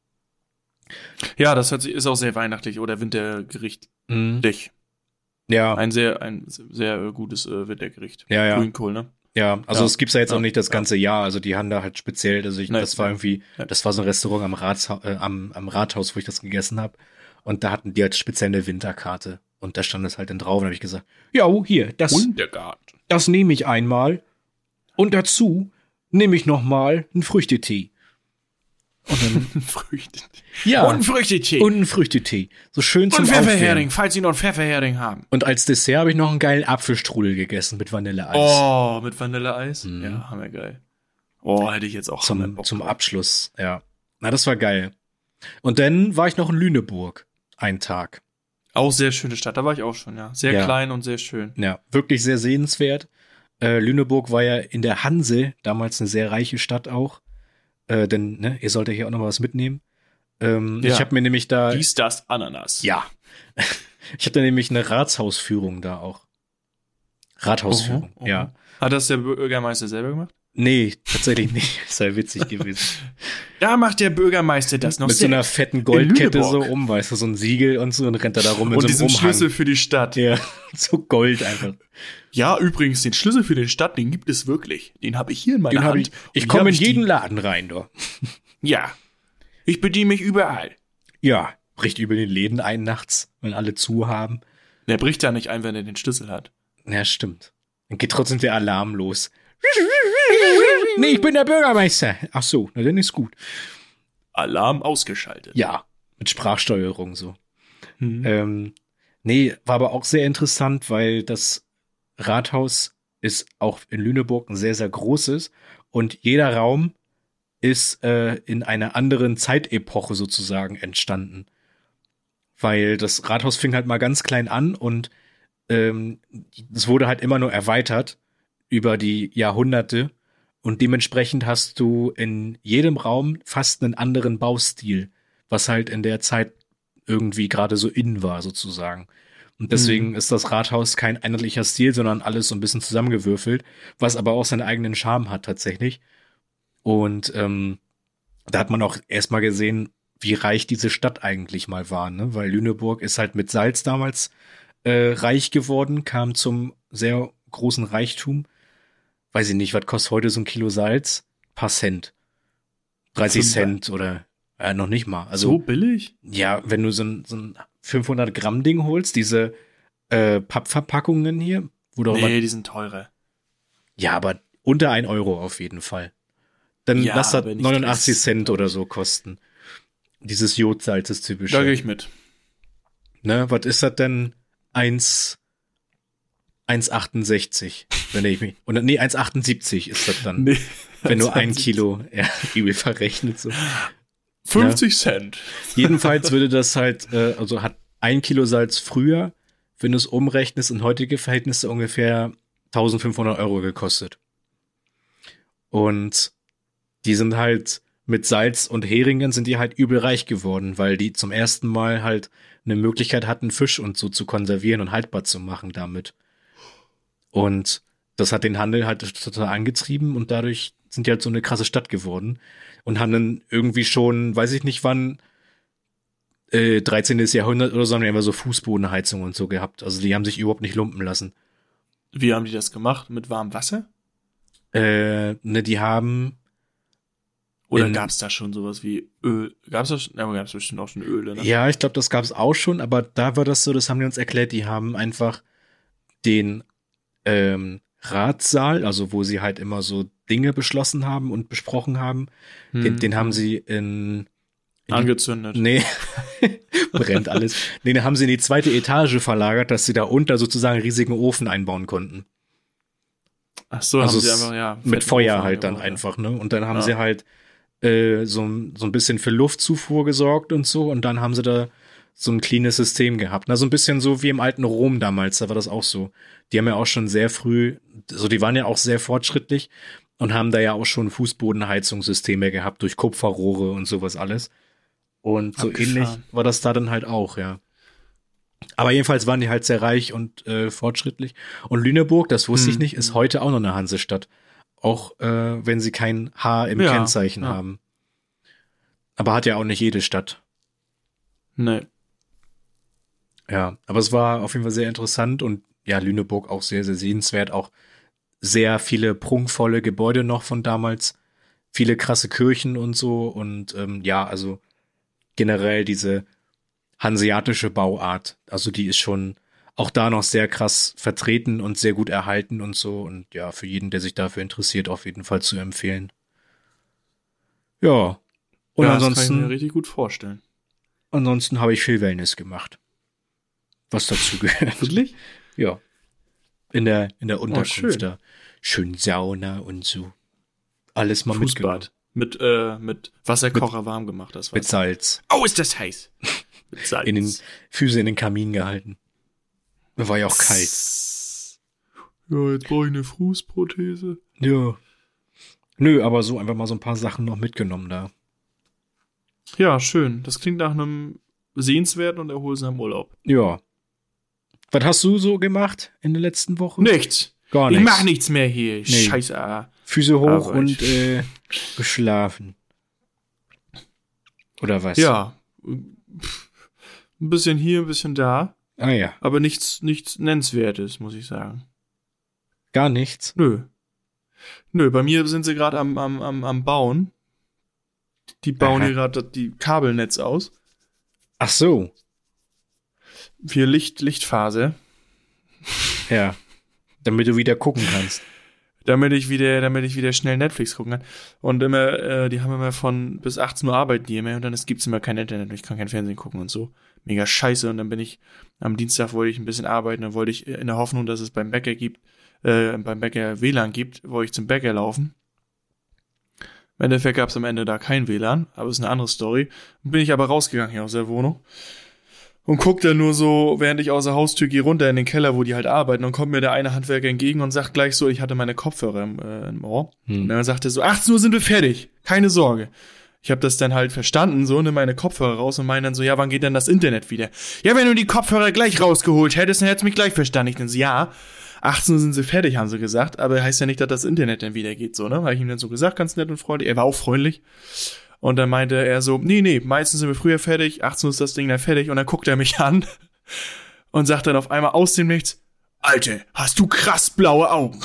Ja, das hört sich, ist auch sehr weihnachtlich oder Wintergericht. Mhm. Dich. Ja, Ein sehr, ein sehr äh, gutes äh, Wintergericht. Ja, ja. Grünkohl, ne? ja. Also Ja. es gibt's ja jetzt Ja. auch nicht das ganze Jahr. Also die haben da halt speziell, also ich, Nee. das war irgendwie, Ja. das war so ein Restaurant am, Ratsha äh, am, am Rathaus, wo ich das gegessen habe. Und da hatten die halt speziell eine Winterkarte. Und da stand es halt dann drauf. Und habe ich gesagt, ja, hier, das, Und der Garten. das nehme ich einmal. Und dazu nehme ich noch mal einen Früchtetee. Und dann, Früchte. ja, Und Früchtetee. und einen Früchtetee. So schön zum Und Aufwärmen. Pfefferhering, falls Sie noch einen Pfefferhering haben. Und als Dessert habe ich noch einen geilen Apfelstrudel gegessen mit Vanilleeis. Oh, mit Vanilleeis? Ja, hammergeil. Oh, hätte ich jetzt auch zum, Hammerbock zum drauf. Abschluss, ja. Na, das war geil. Und dann war ich noch in Lüneburg. Einen Tag. Auch sehr schöne Stadt, da war ich auch schon, ja. Sehr Ja. klein und sehr schön. Ja, wirklich sehr sehenswert. Äh, Lüneburg war ja in der Hanse, damals eine sehr reiche Stadt auch. Äh, denn, ne, ihr solltet hier auch noch mal was mitnehmen. Ähm, Ja. Ich habe mir nämlich da, Dies, das, Ananas. ja, ich hatte nämlich eine Ratshausführung da auch. Rathausführung, Oho, oho. ja. Hat das der Bürgermeister selber gemacht? Nee, tatsächlich nicht. Das wäre witzig gewesen. Da macht der Bürgermeister das noch Mit so einer selbst. fetten Goldkette In so Lüneburg. um, weißt du, so ein Siegel und so und rennt er da rum in Und so einem diesen Umhang. Schlüssel für die Stadt. Ja, so Gold einfach. Ja, übrigens, den Schlüssel für die Stadt, den gibt es wirklich. Den habe ich hier in meiner Den hab Hand. ich Und ich hier komme hab in ich die- jeden Laden rein, doch. Ja. Ich bediene mich überall. Ja, bricht über den Läden ein nachts, wenn alle zu haben. Der bricht ja nicht ein, wenn er den Schlüssel hat. Ja, stimmt. Dann geht trotzdem der Alarm los. Nee, ich bin der Bürgermeister. Ach so, na dann ist gut. Alarm ausgeschaltet. Ja, mit Sprachsteuerung so. Mhm. Ähm, nee, war aber auch sehr interessant, weil das Rathaus ist auch in Lüneburg ein sehr, sehr großes und jeder Raum ist äh, in einer anderen Zeitepoche sozusagen entstanden. Weil das Rathaus fing halt mal ganz klein an und ähm, es wurde halt immer nur erweitert über die Jahrhunderte und dementsprechend hast du in jedem Raum fast einen anderen Baustil, was halt in der Zeit irgendwie gerade so in war sozusagen. Und deswegen ist das Rathaus kein einheitlicher Stil, sondern alles so ein bisschen zusammengewürfelt, was aber auch seinen eigenen Charme hat tatsächlich. Und ähm, da hat man auch erstmal gesehen, wie reich diese Stadt eigentlich mal war, ne? Weil Lüneburg ist halt mit Salz damals äh, reich geworden, kam zum sehr großen Reichtum. Weiß ich nicht, was kostet heute so ein Kilo Salz? Paar Cent. dreißig Fünfer. Cent oder äh, noch nicht mal. Also So billig? ja, wenn du so ein, so ein fünfhundert Gramm Ding holst, diese äh, Pappverpackungen hier, wo doch Nee, die sind teurer. ja, aber unter ein Euro auf jeden Fall. Dann Ja, lass das aber nicht neunundachtzig dreißig Cent oder so kosten. Dieses Jodsalz ist typisch. Da gehe ich mit. Ne, was ist das denn? eins eins achtundsechzig, wenn ich mich, oder nee, eins achtundsiebzig ist das dann. Nee. Wenn nur ein Kilo, ja, übel verrechnet so. fünfzig Cent. Jedenfalls würde das halt, äh, also hat ein Kilo Salz früher, wenn du es umrechnest, in heutige Verhältnisse ungefähr eintausendfünfhundert Euro gekostet. Und die sind halt mit Salz und Heringen sind die halt übel reich geworden, weil die zum ersten Mal halt eine Möglichkeit hatten, Fisch und so zu konservieren und haltbar zu machen damit. Und das hat den Handel halt total angetrieben und dadurch sind die halt so eine krasse Stadt geworden und haben dann irgendwie schon, weiß ich nicht wann, äh, dreizehnten. Jahrhundert oder so, haben die immer so Fußbodenheizung und so gehabt. Also die haben sich überhaupt nicht lumpen lassen. Wie haben die das gemacht? Mit warmem Wasser? Äh, ne, die haben Oder In- gab es da schon sowas wie Öl? Gab es da schon? Ja, aber gab es bestimmt auch schon Öle, ne? Ja, ich glaube, das gab es auch schon, aber da war das so, das haben die uns erklärt, die haben einfach den ähm, Ratssaal, also wo sie halt immer so Dinge beschlossen haben und besprochen haben, Hm. den, den haben sie in, in die, Angezündet. nee, brennt alles. Nee, den haben sie in die zweite Etage verlagert, dass sie da unter sozusagen einen riesigen Ofen einbauen konnten. Ach so, Also haben sie es- einfach, ja. Mit fetten Feuer Ofen halt dann eingebaut, ja. einfach, ne? Und dann haben Ja. sie halt äh, so, so ein bisschen für Luftzufuhr gesorgt und so. Und dann haben sie da so ein cleanes System gehabt. Na, so ein bisschen so wie im alten Rom damals, da war das auch so. Die haben ja auch schon sehr früh, so die waren ja auch sehr fortschrittlich und haben da ja auch schon Fußbodenheizungssysteme gehabt durch Kupferrohre und sowas alles. Und so Abgefahren. ähnlich war das da dann halt auch, ja. Aber jedenfalls waren die halt sehr reich und äh, fortschrittlich. Und Lüneburg, das wusste ich Hm. nicht, ist heute auch noch eine Hansestadt. Auch äh, wenn sie kein H im Ja, Kennzeichen ja. haben. Aber hat ja auch nicht jede Stadt. Nee. Ja, aber es war auf jeden Fall sehr interessant und ja, Lüneburg auch sehr, sehr sehenswert. Auch sehr viele prunkvolle Gebäude noch von damals. Viele krasse Kirchen und so. Und ähm, ja, also generell diese hanseatische Bauart. Also die ist schon auch da noch sehr krass vertreten und sehr gut erhalten und so. Und ja, für jeden, der sich dafür interessiert, auf jeden Fall zu empfehlen. Ja. Und ja, das kann ich ansonsten, mir richtig gut vorstellen. ansonsten habe ich viel Wellness gemacht. Was dazu gehört. Wirklich? Ja. In der, in der Unterkunft schön. da. Schön Sauna und so. Alles mal mitgenommen. Fußbad. Mit, äh, mit Wasserkocher warm gemacht, das Mit war's. Salz. Oh, ist das heiß. Mit Salz. In den Füße in den Kamin gehalten. Da war ja auch kalt. Ja, jetzt brauche ich eine Fußprothese. Ja. Nö, aber so einfach mal so ein paar Sachen noch mitgenommen da. Ja, schön. Das klingt nach einem sehenswerten und erholsamen Urlaub. Ja. Was hast du so gemacht in der letzten Woche? Nichts. Gar Ich nichts. mach nichts mehr hier. Nee. Scheiße. ah. Füße hoch Arbeit. und äh, geschlafen. Oder was? Ja. Pff, Ein bisschen hier, ein bisschen da. Ah ja. Aber nichts, nichts Nennenswertes, muss ich sagen. Gar nichts. Nö. Nö, bei mir sind sie gerade am, am, am, am Bauen. Die bauen Aha. hier gerade die Kabelnetz aus. Ach so. Für Licht, Lichtphase. Ja. Damit du wieder gucken kannst. Damit ich wieder, damit ich wieder schnell Netflix gucken kann. Und immer, äh, die haben immer von bis achtzehn Uhr arbeiten die immer und dann gibt es immer kein Internet und ich kann kein Fernsehen gucken und so. Mega scheiße. Und dann bin ich, am Dienstag wollte ich ein bisschen arbeiten, dann wollte ich in der Hoffnung, dass es beim Bäcker gibt, äh, beim Bäcker W L A N gibt, wollte ich zum Bäcker laufen. Im Endeffekt gab es am Ende da kein W L A N, aber ist eine andere Story. Bin ich aber rausgegangen hier aus der Wohnung und guck dann nur so, während ich aus der Haustür gehe, runter in den Keller, wo die halt arbeiten, und kommt mir der eine Handwerker entgegen und sagt gleich so, ich hatte meine Kopfhörer im, äh, im Ohr. Hm. Und dann sagt er so, achtzehn Uhr sind wir fertig, keine Sorge. Ich habe das dann halt verstanden, so, nimm meine Kopfhörer raus und meine dann so, ja, wann geht denn das Internet wieder? Ja, wenn du die Kopfhörer gleich rausgeholt hättest, dann hättest du mich gleich verstanden. Ich dann so, ja, achtzehn Uhr sind sie fertig, haben sie gesagt, aber heißt ja nicht, dass das Internet dann wieder geht, so, ne? Habe ich ihm dann so gesagt, ganz nett und freundlich. Er war auch freundlich. Und dann meinte er so, nee, nee, meistens sind wir früher fertig, achtzehn Uhr ist das Ding dann fertig. Und dann guckt er mich an und sagt dann auf einmal aus dem Nichts, Alter, hast du krass blaue Augen.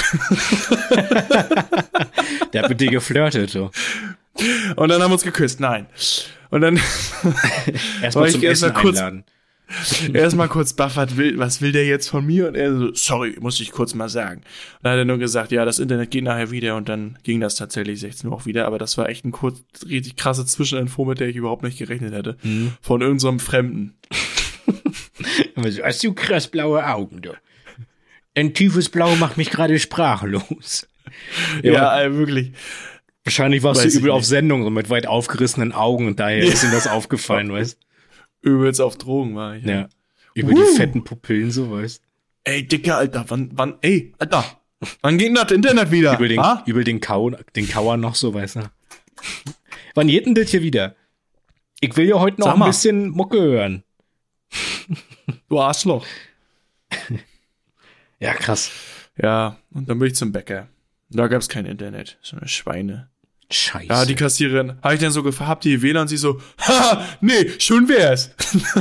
Der hat mit dir geflirtet, so. Und dann haben wir uns geküsst, nein. Und dann Erstmal ich zum erst mal Essen kurz- einladen. erstmal kurz baffert, will, was will der jetzt von mir? Und er so, sorry, muss ich kurz mal sagen. Und dann hat er nur gesagt, ja, das Internet geht nachher wieder, und dann ging das tatsächlich sechzehn Uhr auch wieder, aber das war echt ein kurz, richtig krasse Zwischeninfo, mit der ich überhaupt nicht gerechnet hätte. Mhm. Von irgendeinem Fremden. So, hast du krass blaue Augen, du. Ein tiefes Blau macht mich gerade sprachlos. Ja, Ja, äh, wirklich. wahrscheinlich warst weiß du ich übel auf nicht. Sendung, so mit weit aufgerissenen Augen, und daher ist ihm das aufgefallen, weißt Übelst auf Drogen war ich. du? Ja. Über Uh. die fetten Pupillen, so weißt Ey, Dicker, Alter, wann, wann, ey, Alter, wann geht denn das Internet wieder? Übel den, Ah? übel den Kau, den Kauer noch so, weißt du? Wann geht denn das hier wieder? Ich will ja heute noch Sag ein mal. bisschen Mucke hören. Du Arschloch. Ja, krass. Ja, und dann bin ich zum Bäcker. Da gab's kein Internet. So eine Schweine. Scheiße. Ja, die Kassiererin, habe ich dann so gefragt, habt ihr W L A N? Und sie so, haha, nee, schon wär's.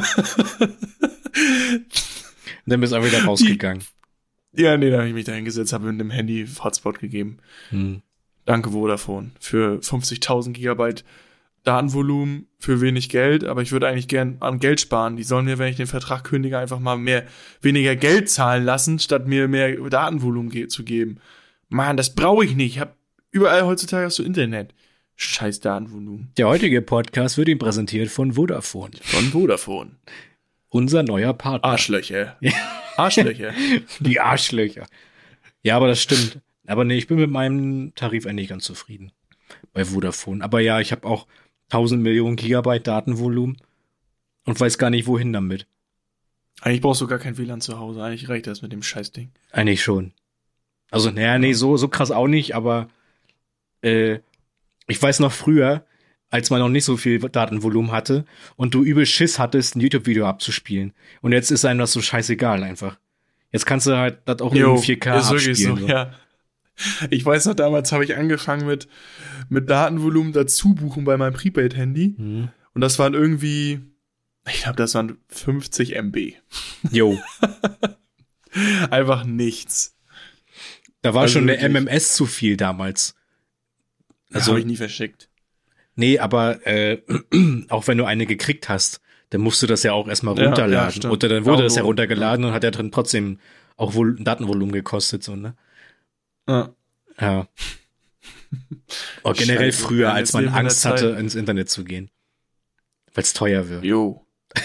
Dann bist du auch wieder rausgegangen. Ja, nee, da habe ich mich da hingesetzt, habe mit dem Handy Hotspot gegeben. Hm. Danke Vodafone für fünfzigtausend Gigabyte Datenvolumen für wenig Geld, aber ich würde eigentlich gern an Geld sparen. Die sollen mir, wenn ich den Vertrag kündige, einfach mal mehr, weniger Geld zahlen lassen, statt mir mehr Datenvolumen ge- zu geben. Mann, das brauche ich nicht. Ich hab überall heutzutage hast du Internet. Scheiß Datenvolumen. Der heutige Podcast wird Ihnen präsentiert von Vodafone. Von Vodafone. Unser neuer Partner. Arschlöcher. Arschlöcher. Die Arschlöcher. Ja, aber das stimmt. Aber nee, ich bin mit meinem Tarif eigentlich ganz zufrieden bei Vodafone. Aber ja, ich habe auch tausend Millionen Gigabyte Datenvolumen und weiß gar nicht, wohin damit. Eigentlich brauchst du gar kein W L A N zu Hause. Eigentlich reicht das mit dem Scheißding. Eigentlich schon. Also, naja, nee, so, so krass auch nicht, aber äh, ich weiß noch früher, als man noch nicht so viel Datenvolumen hatte und du übel Schiss hattest, ein YouTube-Video abzuspielen. Und jetzt ist einem das so scheißegal einfach. Jetzt kannst du halt das auch Jo, in vier K ist wirklich abspielen. so, So. ja. Ich weiß noch, damals habe ich angefangen mit, mit Datenvolumen dazu buchen bei meinem Prepaid-Handy. Mhm. Und das waren irgendwie, ich glaube, das waren fünfzig Megabyte. Jo. Einfach nichts. Da war Also schon eine wirklich. M M S zu viel damals. Das Also, habe ich nie verschickt. nee, aber äh, auch wenn du eine gekriegt hast, dann musst du das ja auch erstmal Ja, runterladen. ja, stimmt. Oder dann wurde das ja Download. runtergeladen und hat ja drin trotzdem auch Vol- Datenvolumen gekostet, so, ne? Ja. Ja. Auch generell Scheiße, früher, ja, als jetzt man leben wir in der Angst hatte, Zeit. ins Internet zu gehen. Weil es teuer wird. Jo.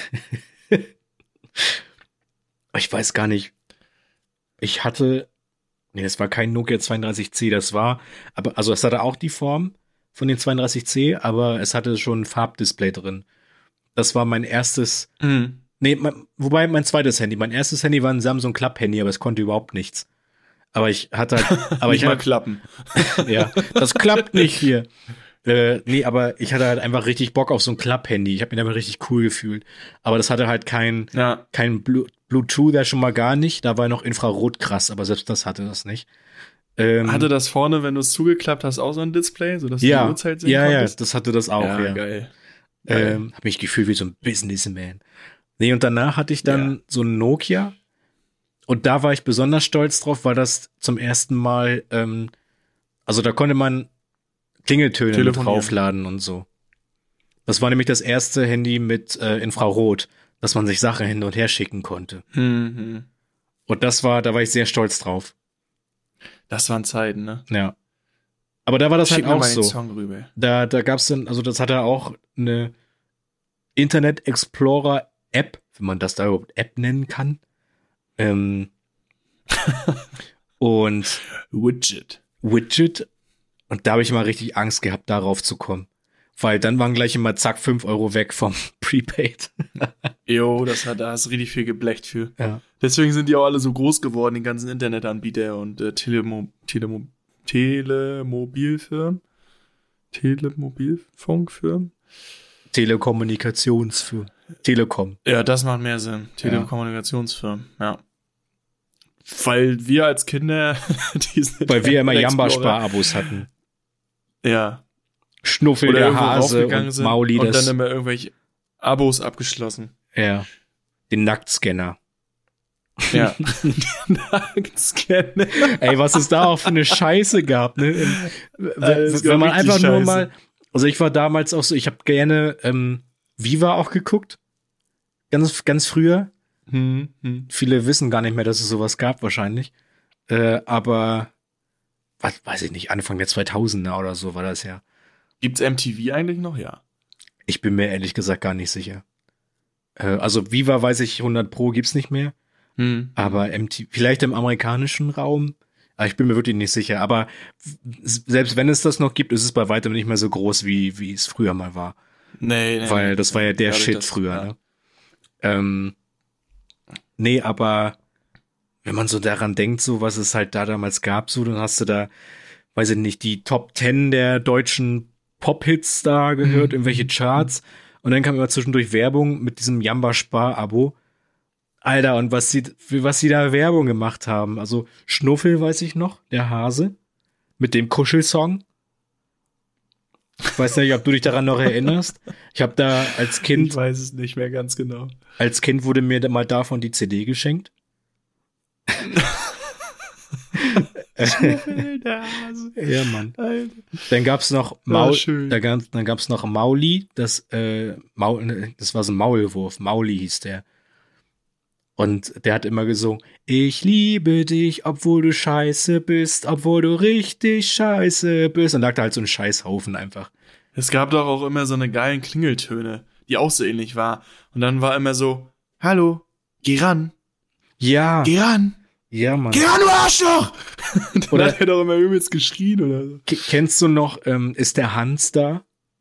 Ich weiß gar nicht. Ich hatte, nee, das war kein Nokia zweiunddreißig C, das war, aber, also es hatte auch die Form von den zweiunddreißig C, aber es hatte schon ein Farbdisplay drin. Das war mein erstes, Mhm. nee, mein, wobei mein zweites Handy, mein erstes Handy war ein Samsung Club-Handy, aber es konnte überhaupt nichts. Aber ich hatte halt, aber Nicht ich mal hatte, klappen. ja, das klappt nicht hier. Äh, nee, aber ich hatte halt einfach richtig Bock auf so ein Club-Handy. Ich habe mich damit richtig cool gefühlt. Aber das hatte halt kein, Ja. kein Blu- Bluetooth, da schon mal gar nicht. Da war noch Infrarot krass, aber selbst das hatte das nicht. Ähm, Hatte das vorne, wenn du es zugeklappt hast, auch so ein Display, sodass du ja, die Uhrzeit sehen ja, ja, konntest? das hatte das auch, ja. ja, geil. Ähm, hab mich gefühlt wie so ein Businessman. Nee, und danach hatte ich dann Ja. so ein Nokia. Und da war ich besonders stolz drauf, weil das zum ersten Mal, ähm, also da konnte man Klingeltöne mit Telefonieren. draufladen und so. Das war nämlich das erste Handy mit äh, Infrarot, dass man sich Sachen hin und her schicken konnte. Mhm. Und das war, da war ich sehr stolz drauf. Das waren Zeiten, ne? Ja. Aber da war das Schick halt mir auch mal den so. Song rüber. Da, da gab's dann, also das hatte auch eine Internet Explorer App, wenn man das da überhaupt App nennen kann. Ähm, und Widget. Widget. Und da habe ich mal richtig Angst gehabt, darauf zu kommen. Weil dann waren gleich immer zack fünf Euro weg vom Prepaid. Jo, das hat, da hast du richtig viel geblecht für. Ja. Deswegen sind die auch alle so groß geworden, die ganzen Internetanbieter und äh, Telemo Telemo Telemobilfirmen. Telemobilfunkfirmen. Telekommunikationsfirmen. Telekom. Ja, das macht mehr Sinn. Telekommunikationsfirmen, ja. Weil wir als Kinder diesen Weil wir immer Internet Explorer- Jamba-Spar-Abos hatten. Ja. Schnuffel, Oder der irgendwo Hase raufgegangen und sind Mauli, und das, dann immer irgendwelche Abos abgeschlossen. ja, den Nacktscanner. Ja. Nacktscanner. Ey, was es da auch für eine Scheiße gab, ne? Wenn, Alles wenn man richtig einfach nur scheiße. mal, also ich war damals auch so, ich habe gerne ähm, Viva auch geguckt, ganz ganz früher. Hm, hm. Viele wissen gar nicht mehr, dass es sowas gab wahrscheinlich, äh, aber was weiß ich nicht, Anfang der zweitausender oder so war das ja. Gibt's M T V eigentlich noch? Ja. Ich bin mir ehrlich gesagt gar nicht sicher. Äh, also Viva weiß ich hundert Pro gibt's nicht mehr. Hm. Aber M T V, vielleicht im amerikanischen Raum, aber ich bin mir wirklich nicht sicher. Aber s- selbst wenn es das noch gibt, ist es bei weitem nicht mehr so groß, wie wie es früher mal war. Nee, nee. Weil nee. das war ja der Dadurch, Shit dass- früher, ja. ne? Ähm, nee, aber wenn man so daran denkt, so was es halt da damals gab, so, dann hast du da, weiß ich nicht, die Top Ten der deutschen Pop-Hits da gehört, Mhm. irgendwelche Charts. Und dann kam immer zwischendurch Werbung mit diesem Jamba-Spar-Abo. Alter, und was sie, für was sie da Werbung gemacht haben. Also Schnuffel, weiß ich noch, der Hase, mit dem Kuschelsong. Ich weiß nicht, ob du dich daran noch erinnerst. Ich habe da als Kind, Ich weiß es nicht mehr ganz genau. als Kind wurde mir da mal davon die C D geschenkt. Der Hase. Ja, Mann. Alter. Dann gab's noch Maul, schön. da gab, dann gab's noch Mauli, das äh, Maul, das war so ein Maulwurf, Mauli hieß der. Und der hat immer gesungen, ich liebe dich, obwohl du scheiße bist, obwohl du richtig scheiße bist. Und lag da halt so ein Scheißhaufen einfach. Es gab doch auch immer so eine geilen Klingeltöne, die auch so ähnlich war. Und dann war immer so, hallo, geh ran, Ja, geh ran, ja, Mann. geh ran, du Arschloch! Dann Oder- hat er doch immer übelst geschrien oder so. K- Kennst du noch, ähm, ist der Hans da?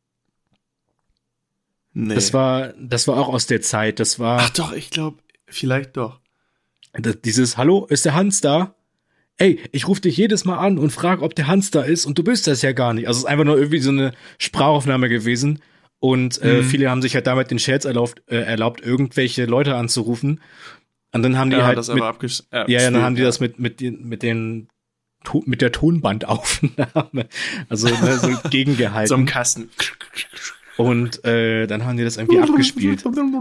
Nee. Das war, das war auch aus der Zeit. Das war Ach doch, ich glaube, vielleicht doch. das, dieses Hallo, ist der Hans da? Ey, ich rufe dich jedes Mal an und frage, ob der Hans da ist und du bist das ja gar nicht. Also es ist einfach nur irgendwie so eine Sprachaufnahme gewesen und äh, Mhm. viele haben sich halt damit den Scherz erlaubt, äh, erlaubt, irgendwelche Leute anzurufen. Und dann haben die Ja, halt das mit, aber abgesch- äh, ja, ja, dann haben die ja. das mit mit den mit den To- mit der Tonbandaufnahme, also ne, so gegengehalten. So im Kasten. Und äh, dann haben die das irgendwie abgespielt.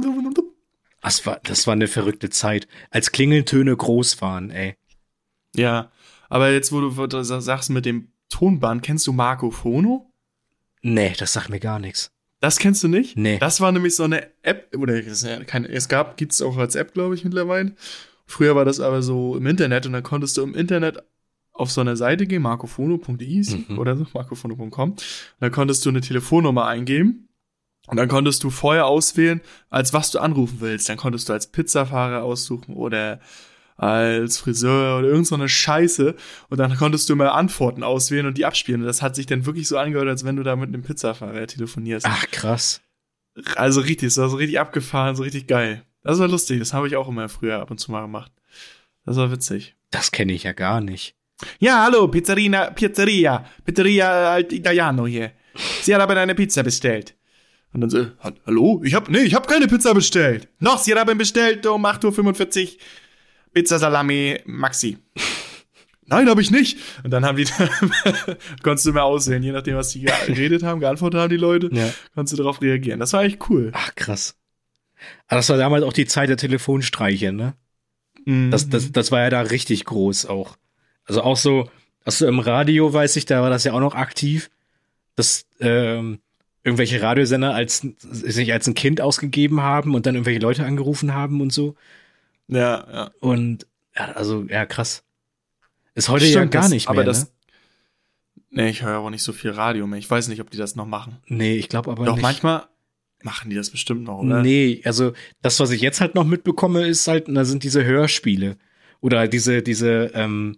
Das war, das war eine verrückte Zeit, als Klingeltöne groß waren, ey. Ja, aber jetzt, wo du, wo du sagst mit dem Tonband, kennst du Marco Fono? Nee, das sagt mir gar nichts. Das kennst du nicht? Nee. Das war nämlich so eine App, oder das ist ja keine, es gab, gibt's auch als App, glaube ich, mittlerweile. Früher war das aber so im Internet und dann konntest du im Internet auf so eine Seite gehen, marcofono punkt i Mhm. oder so, marcofono punkt com. Und dann konntest du eine Telefonnummer eingeben und dann konntest du vorher auswählen, als was du anrufen willst. Dann konntest du als Pizzafahrer aussuchen oder als Friseur oder irgend so eine Scheiße und dann konntest du immer Antworten auswählen und die abspielen und das hat sich dann wirklich so angehört, als wenn du da mit einem Pizzafahrer telefonierst. Ach, krass. Also richtig, das war so richtig abgefahren, so richtig geil. Das war lustig, das habe ich auch immer früher ab und zu mal gemacht. Das war witzig. Das kenne ich ja gar nicht. Ja, hallo, Pizzerina, Pizzeria, Pizzeria Alt Italiano hier. Sie hat aber eine Pizza bestellt. Und dann so, ha- hallo? Ich hab, nee, ich hab keine Pizza bestellt. Noch, Sie haben bestellt um acht Uhr fünfundvierzig Pizza Salami Maxi. Nein, habe ich nicht. Und dann haben die, konntest du immer auswählen, je nachdem, was die geredet haben, geantwortet haben die Leute, Ja. konntest du darauf reagieren. Das war echt cool. Ach, krass. Aber das war damals auch die Zeit der Telefonstreiche, ne? Das, das, das war ja da richtig groß auch. Also auch so, also im Radio, weiß ich, da war das ja auch noch aktiv, dass ähm, irgendwelche Radiosender als sich als ein Kind ausgegeben haben und dann irgendwelche Leute angerufen haben und so. Ja, ja. Und ja, also, ja, krass. Ist heute Stimmt, ja gar das- nicht mehr, aber das, ne? Nee, ich höre aber nicht so viel Radio mehr. Ich weiß nicht, ob die das noch machen. Nee, ich glaube aber Doch nicht. manchmal machen die das bestimmt noch, oder? Nee, also das, was ich jetzt halt noch mitbekomme, ist halt, da sind diese Hörspiele. Oder diese, diese, ähm,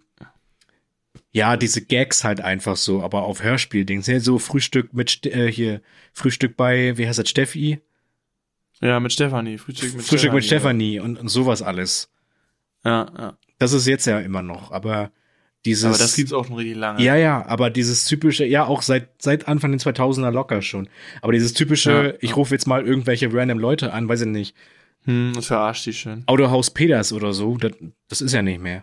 ja, diese Gags halt einfach so, aber auf Hörspieldings. Ja, so Frühstück mit, Ste- äh, hier, Frühstück bei, wie heißt das, Steffi? Ja, mit Stefanie. Frühstück mit Frühstück mit Stefanie. Stefanie und, und sowas alles. Ja, ja. Das ist jetzt ja immer noch, aber dieses. Aber das gibt's auch schon richtig lange. Ja, ja, aber dieses typische, ja, auch seit, seit Anfang den zweitausender locker schon. Aber dieses typische, Ja, ich ja. rufe jetzt mal irgendwelche random Leute an, weiß ich nicht, Hm, das verarscht die schön. Autohaus Peters oder so, das, das ist ja nicht mehr.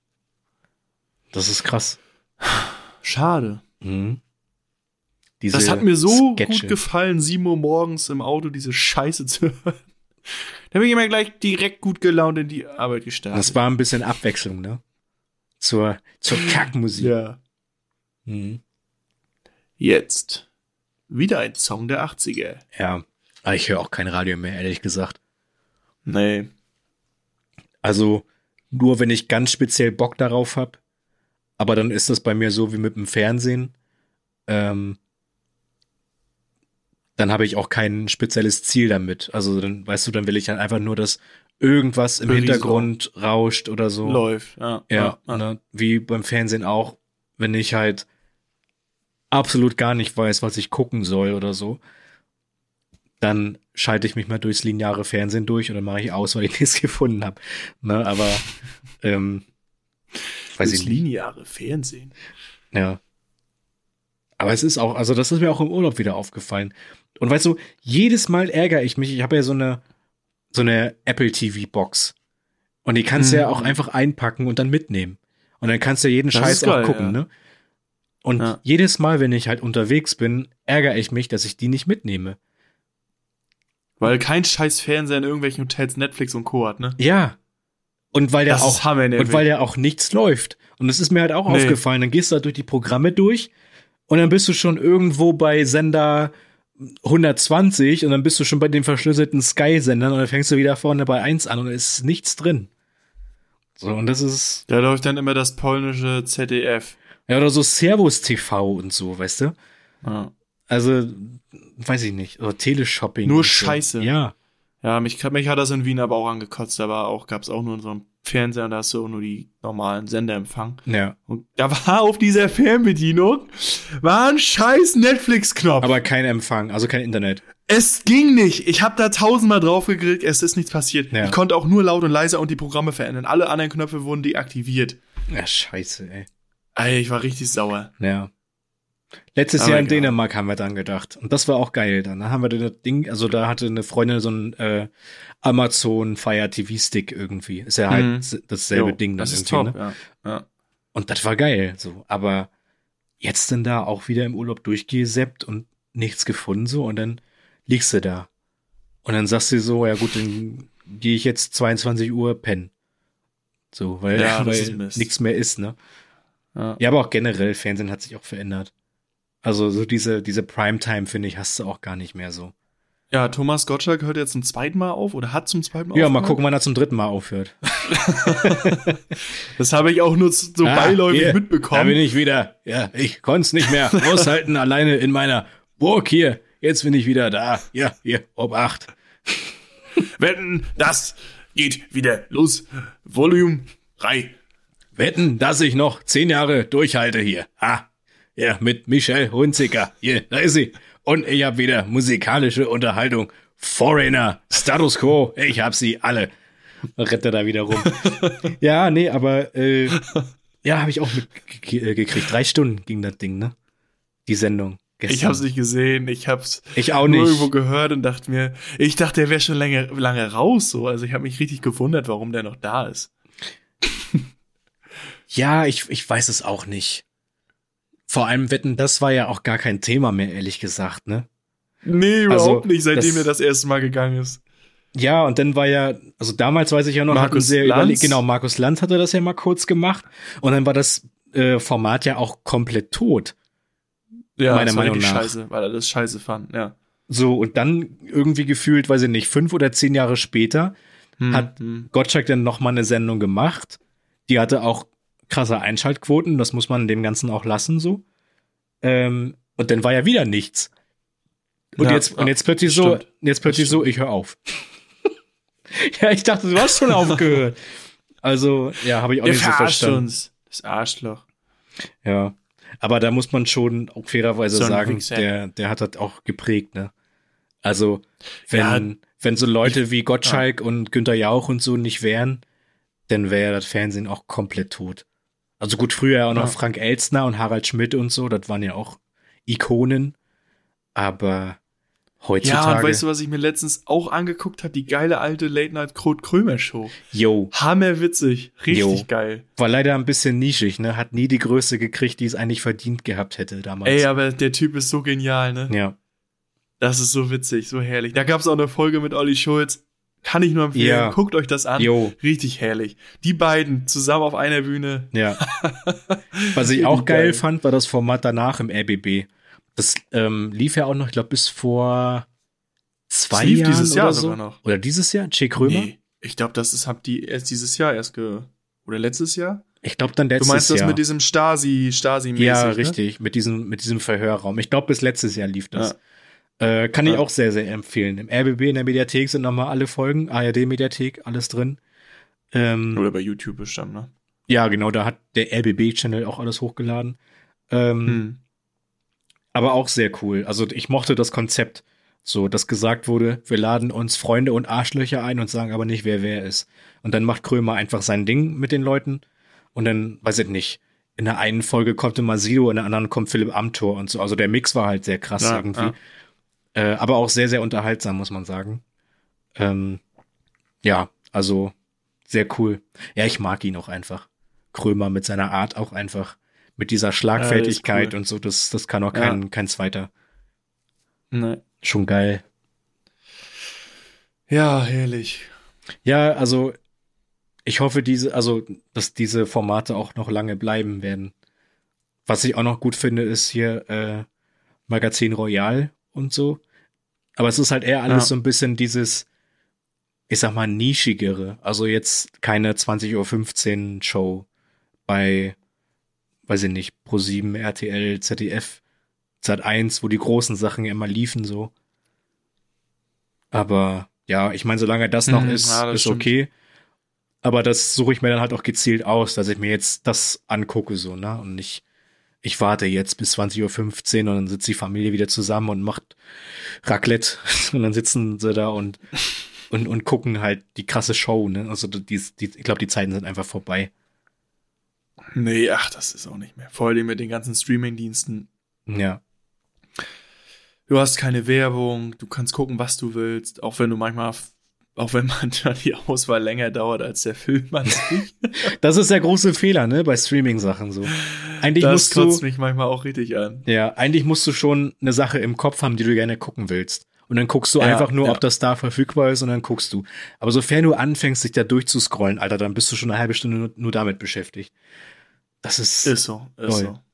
Das ist krass. Schade. Mhm. Diese Das hat mir so Sketche. gut gefallen, sieben Uhr morgens im Auto diese Scheiße zu hören. Da bin ich immer gleich direkt gut gelaunt in die Arbeit gestartet. Das war ein bisschen Abwechslung, ne? Zur, zur Kackmusik. ja. Mhm. Jetzt. Wieder ein Song der achtziger. Ja. Aber ich höre auch kein Radio mehr, ehrlich gesagt. Nee. Also nur, wenn ich ganz speziell Bock darauf habe. Aber dann ist das bei mir so wie mit dem Fernsehen. Ähm, dann habe ich auch kein spezielles Ziel damit. Also dann, weißt du, dann will ich dann einfach nur, dass irgendwas im Berieselung. Hintergrund rauscht oder so. Läuft. Ja. Ja, ja. ne, wie beim Fernsehen auch, wenn ich halt absolut gar nicht weiß, was ich gucken soll oder so, dann schalte ich mich mal durchs lineare Fernsehen durch und dann mache ich aus, weil ich nichts gefunden habe. Ne, aber ähm, weiß Das ich nicht. lineare Fernsehen. Ja. Aber es ist auch, also das ist mir auch im Urlaub wieder aufgefallen. Und weißt du, jedes Mal ärgere ich mich. Ich habe ja so eine so eine Apple T V Box und die kannst du ja Mhm. auch einfach einpacken und dann mitnehmen. Und dann kannst du jeden Das Scheiß ist geil, auch gucken, ja. ne? Und Ja. jedes Mal, wenn ich halt unterwegs bin, ärgere ich mich, dass ich die nicht mitnehme. Weil kein scheiß Fernseher in irgendwelchen Hotels Netflix und Co. hat, ne? Ja. Und weil der Das ist auch hammernervig. und weil ja auch nichts läuft. Und das ist mir halt auch Nee. aufgefallen. Dann gehst du halt durch die Programme durch und dann bist du schon irgendwo bei Sender hundertzwanzig und dann bist du schon bei den verschlüsselten Sky-Sendern und dann fängst du wieder vorne bei eins an und es ist nichts drin. So, und das ist, Da läuft dann immer das polnische Z D F. ja, oder so Servus T V und so, weißt du? Ja. Also, weiß ich nicht. Oder Teleshopping. Nur und so. Scheiße. Ja. Ja, mich, mich hat das in Wien aber auch angekotzt, aber auch gab's auch nur so ein Fernseher und da hast du auch nur die normalen Senderempfang. Ja. Und da war auf dieser Fernbedienung war ein scheiß Netflix-Knopf. Aber kein Empfang, also kein Internet. Es ging nicht. Ich habe da tausendmal drauf geklickt, es ist nichts passiert. Ja. Ich konnte auch nur laut und leiser und die Programme verändern. Alle anderen Knöpfe wurden deaktiviert. Ja, scheiße, ey. Ey, ich war richtig sauer. Ja. Letztes Aber Jahr in egal. Dänemark haben wir dran gedacht. Und das war auch geil. Dann Da haben wir das Ding, also da hatte eine Freundin so ein äh, Amazon Fire T V-Stick irgendwie. Ist ja halt Mhm. s- dasselbe Jo, Ding dann das ist irgendwie, top, ne? ja. ja. Und das war geil, so. Aber jetzt denn da auch wieder im Urlaub durchgeseppt und nichts gefunden, so. Und dann liegst du da. Und dann sagst du so, ja gut, dann gehe ich jetzt zweiundzwanzig Uhr pennen. So, weil, Ja, das ist weil Mist. nichts mehr ist, ne? Ja. Ja, aber auch generell, Fernsehen hat sich auch verändert. Also so diese, diese Primetime, finde ich, hast du auch gar nicht mehr so. Ja, Thomas Gottschalk hört jetzt zum zweiten Mal auf oder hat zum zweiten Mal Ja, mal aufgehört. gucken, wann er zum dritten Mal aufhört. Das habe ich auch nur so Ah, beiläufig hier, Da mitbekommen. bin ich wieder. Ja, ich konnte es nicht mehr aushalten, alleine in meiner Burg hier. Jetzt bin ich wieder da. Ja, hier, ob acht. Wetten, das geht wieder los. Volume drei. Wetten, dass ich noch zehn Jahre durchhalte hier. Ah, ja, mit Michelle Hunziker. Hier, da ist sie. Und ich habe wieder musikalische Unterhaltung. Foreigner, Status Quo, ich hab sie alle. Rette da wieder rum. Ja, nee, aber äh, ja, habe ich auch mitgekriegt. Drei Stunden ging das Ding, ne? Die Sendung. Gestern. Ich hab's nicht gesehen, ich hab's Ich auch nur nicht. irgendwo gehört und dachte mir, ich dachte, der wäre schon lange, lange raus, so. Also ich habe mich richtig gewundert, warum der noch da ist. Ja, ich, ich weiß es auch nicht. Vor allem Wetten, das war ja auch gar kein Thema mehr, ehrlich gesagt, ne? Nee, überhaupt Also, nicht, seitdem das- er das erste Mal gegangen ist. Ja, und dann war ja, also damals weiß ich ja noch, hatten Markus sie ja Lanz. überlegt, genau, Markus Lanz hatte das ja mal kurz gemacht und dann war das äh, Format ja auch komplett tot. Ja, Meiner das war Meinung richtig nach. scheiße, weil er das scheiße fand, ja. So, und dann irgendwie gefühlt, weiß ich nicht, fünf oder zehn Jahre später Hm, hat hm. Gottschalk dann noch mal eine Sendung gemacht. Die hatte auch krasse Einschaltquoten, das muss man dem Ganzen auch lassen, so. Ähm, und dann war ja wieder nichts. Und Ja, jetzt, und ja, jetzt plötzlich so, stimmt. jetzt plötzlich so, ich höre auf. Ja, ich dachte, du hast schon aufgehört. Also, ja, habe ich auch Der nicht so verarscht verstanden. uns. Das Arschloch. Ja. Aber da muss man schon auch fairerweise So ein sagen, Wichser. der, der hat das auch geprägt, ne? Also, wenn, Ja, wenn so Leute wie Gottschalk und Günther Jauch und so nicht wären, dann wäre das Fernsehen auch komplett tot. Also gut, früher auch noch Ja. Frank Elstner und Harald Schmidt und so, das waren ja auch Ikonen. Aber heutzutage, Ja, und weißt du, was ich mir letztens auch angeguckt habe? Die geile alte Late-Night-Kurt-Krömer-Show. yo, Hammerwitzig. Richtig Jo. geil. war leider ein bisschen nischig, ne? Hat nie die Größe gekriegt, die es eigentlich verdient gehabt hätte damals. Ey, aber der Typ ist so genial, ne? ja. Das ist so witzig, so herrlich. Da gab's auch eine Folge mit Olli Schulz. Kann ich nur empfehlen. Ja. Guckt euch das an. Jo. Richtig herrlich. Die beiden zusammen auf einer Bühne. Ja. Was ich Richtig auch geil, geil. fand, war das Format danach im R B B. Das ähm, lief ja auch noch, ich glaube, bis vor zwei Das lief Jahren dieses oder Jahr so. sogar noch. Oder dieses Jahr? Che Krömer? Nee, ich glaube, das ist, habt die erst dieses Jahr erst ge... Oder letztes Jahr? Ich glaube dann letztes Du meinst das Jahr. mit diesem Stasi, Stasi-mäßig, ja, ne? richtig. Mit diesem, mit diesem Verhörraum. Ich glaube, bis letztes Jahr lief das. Äh, kann ich Ja. auch sehr, sehr empfehlen. Im R B B in der Mediathek sind nochmal alle Folgen. A R D-Mediathek, alles drin. Ähm, Oder bei YouTube bestimmt, ne? ja, genau, da hat der R B B-Channel auch alles hochgeladen. Ähm, Hm. Aber auch sehr cool. Also ich mochte das Konzept, so dass gesagt wurde, wir laden uns Freunde und Arschlöcher ein und sagen aber nicht, wer wer ist. Und dann macht Krömer einfach sein Ding mit den Leuten und dann, weiß ich nicht, in der einen Folge kommt immer Sido, in der anderen kommt Philipp Amthor und so. Also der Mix war halt sehr krass Ja, irgendwie. ja. Äh, aber auch sehr, sehr unterhaltsam, muss man sagen. Ähm, ja, also sehr cool. Ja, ich mag ihn auch einfach. Krömer mit seiner Art auch einfach. Mit dieser Schlagfertigkeit cool. und so, das, das kann auch Ja. kein, kein zweiter. Ne. Schon geil. Ja, herrlich. Ja, also ich hoffe, diese, also, dass diese Formate auch noch lange bleiben werden. Was ich auch noch gut finde, ist hier äh, Magazin Royal und so. Aber es ist halt eher alles Ja. so ein bisschen dieses, ich sag mal, nischigere. Also jetzt keine zwanzig Uhr fünfzehn Show bei, weiß ich nicht, ProSieben, R T L, Z D F, Sat eins, wo die großen Sachen immer liefen so. Aber ja, ich meine, solange das noch Mhm, ist, ja, das ist stimmt. okay. Aber das suche ich mir dann halt auch gezielt aus, dass ich mir jetzt das angucke, so, ne? Und nicht, ich warte jetzt bis zwanzig Uhr fünfzehn und dann sitzt die Familie wieder zusammen und macht Raclette. Und dann sitzen sie da und, und, und gucken halt die krasse Show, ne? Also, die, die, ich glaube, die Zeiten sind einfach vorbei. Nee, ach, das ist auch nicht mehr. Vor allem mit den ganzen Streaming-Diensten. Ja. Du hast keine Werbung, du kannst gucken, was du willst, auch wenn du manchmal, auch wenn manchmal die Auswahl länger dauert als der Film an sich. Das ist der große Fehler, ne, bei Streaming-Sachen so. Eigentlich das musst du, kotzt mich manchmal auch richtig an. ja, eigentlich musst du schon eine Sache im Kopf haben, die du gerne gucken willst. Und dann guckst du Ja, einfach nur, ja. ob das da verfügbar ist und dann guckst du. Aber sofern du anfängst, dich da durchzuscrollen, Alter, dann bist du schon eine halbe Stunde nur, nur damit beschäftigt. Das ist, Ist so, ist Toll. so.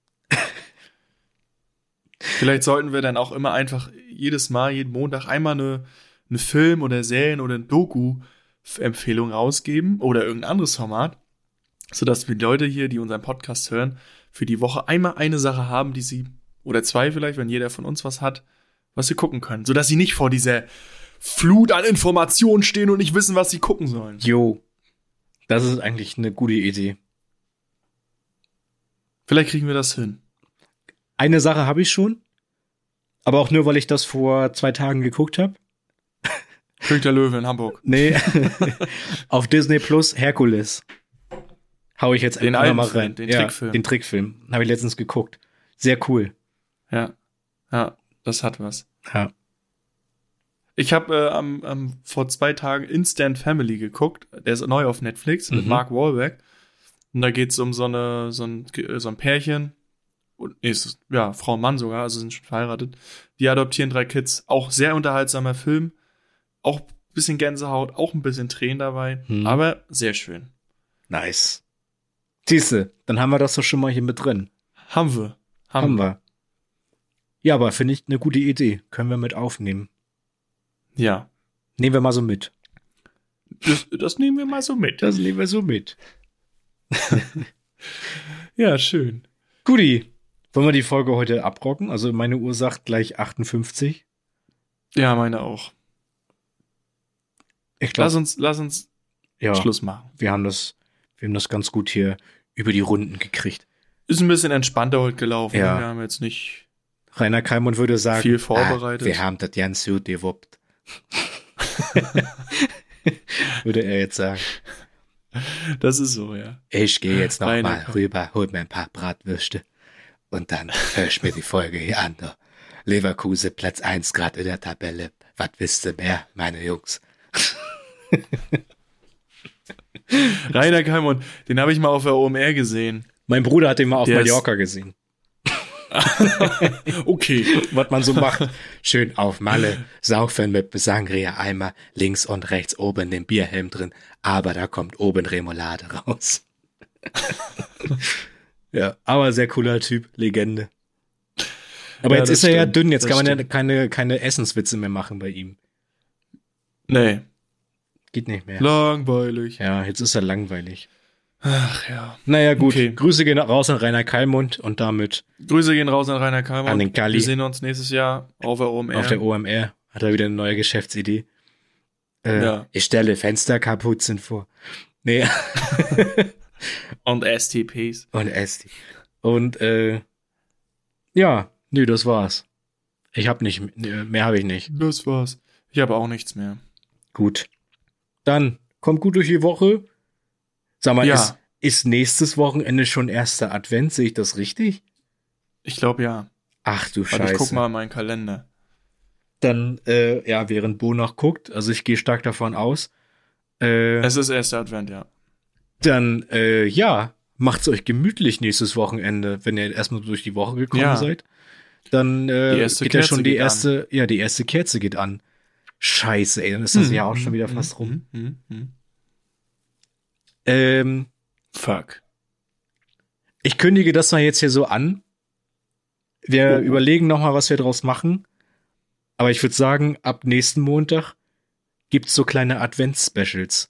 Vielleicht sollten wir dann auch immer einfach jedes Mal, jeden Montag einmal eine, eine Film- oder Serien- oder eine Doku-Empfehlung rausgeben oder irgendein anderes Format, sodass wir die Leute hier, die unseren Podcast hören, für die Woche einmal eine Sache haben, die sie, oder zwei vielleicht, wenn jeder von uns was hat, was sie gucken können. Sodass sie nicht vor dieser Flut an Informationen stehen und nicht wissen, was sie gucken sollen. jo, das ist eigentlich eine gute Idee. Vielleicht kriegen wir das hin. Eine Sache habe ich schon, aber auch nur, weil ich das vor zwei Tagen geguckt habe. König der Löwe in Hamburg. Nee, auf Disney Plus Herkules. Hau ich jetzt Den einfach alten mal Film, rein. den ja, Trickfilm. Den Trickfilm. Habe ich letztens geguckt. Sehr cool. Ja, ja, das hat was. Ja. Ich habe äh, am, am, vor zwei Tagen Instant Family geguckt. Der ist neu auf Netflix mit Mhm. Mark Wahlberg. Und da geht's um so eine so ein, so ein Pärchen. Und, nee, es ist, ja, Frau und Mann sogar, also sind schon verheiratet. Die adoptieren drei Kids. Auch sehr unterhaltsamer Film. Auch ein bisschen Gänsehaut, auch ein bisschen Tränen dabei. Mhm. Aber sehr schön. Nice. Siehste, dann haben wir das doch schon mal hier mit drin. Haben wir. Haben wir. Ja, aber finde ich eine gute Idee. Können wir mit aufnehmen. Ja. Nehmen wir mal so mit. Das, das nehmen wir mal so mit. Das nehmen wir so mit. Ja, schön. Guti. Wollen wir die Folge heute abrocken? Also meine Uhr sagt gleich achtundfünfzig. Ja, meine auch. Ich glaube, Lass uns, lass uns ja, Schluss machen. wir haben das, wir haben das ganz gut hier über die Runden gekriegt. Ist ein bisschen entspannter heute gelaufen. Ja. Wir haben jetzt nicht Rainer Kalmund würde sagen, viel vorbereitet. Ah, wir haben das ganz gut gewuppt. Würde er jetzt sagen. Das ist so, ja. Ich gehe jetzt noch Rainer mal Kalmund. rüber, hol mir ein paar Bratwürste und dann höre ich mir die Folge hier an. Du. Leverkusen Platz eins Grad in der Tabelle. Was wisst ihr mehr, meine Jungs? Rainer Kalmund, den habe ich mal auf der O M R gesehen. Mein Bruder hat den mal auf Der ist- Mallorca gesehen. Okay. Was man so macht. Schön auf Malle, saufen mit Sangria-Eimer, links und rechts oben den Bierhelm drin, aber da kommt oben Remoulade raus. Ja, aber sehr cooler Typ, Legende. Aber Ja, jetzt das ist er ja stimmt, dünn, jetzt das kann man ja stimmt. keine, keine Essenswitze mehr machen bei ihm. Nee. Geht nicht mehr. Langweilig. Ja, jetzt ist er langweilig. Ach ja. Naja, gut. Okay. Grüße gehen raus an Rainer Kalmund und damit Grüße gehen raus an Rainer Kalmund. An den Kalli. Wir sehen uns nächstes Jahr auf der O M R. auf der O M R hat er wieder eine neue Geschäftsidee. Äh, Ja. Ich stelle Fensterkapuzen vor. Nee. Und S T Ps. Und Esti. Und äh, ja, nö, das war's. Ich hab nicht, äh, mehr habe ich nicht. Das war's. Ich habe auch nichts mehr. Gut. Dann kommt gut durch die Woche. Sag mal, Ja. ist, ist nächstes Wochenende schon erster Advent? Sehe ich das richtig? Ich glaube ja. Ach du Warte, Scheiße. ich guck mal in meinen Kalender. Dann, äh, ja, während Bo noch guckt, also ich gehe stark davon aus, äh, Es ist erster Advent, ja. dann, äh, ja, macht's euch gemütlich nächstes Wochenende, wenn ihr erstmal durch die Woche gekommen Ja. seid. Dann äh, Die erste geht ja Kerze schon die geht erste, ja, die erste Kerze geht an. Scheiße, ey, dann ist das Jahr auch schon wieder fast rum. Hm, hm, hm. Ähm, Fuck. ich kündige das mal jetzt hier so an. Wir Oh. überlegen noch mal, was wir draus machen. Aber ich würde sagen, ab nächsten Montag gibt's so kleine Advents-Specials.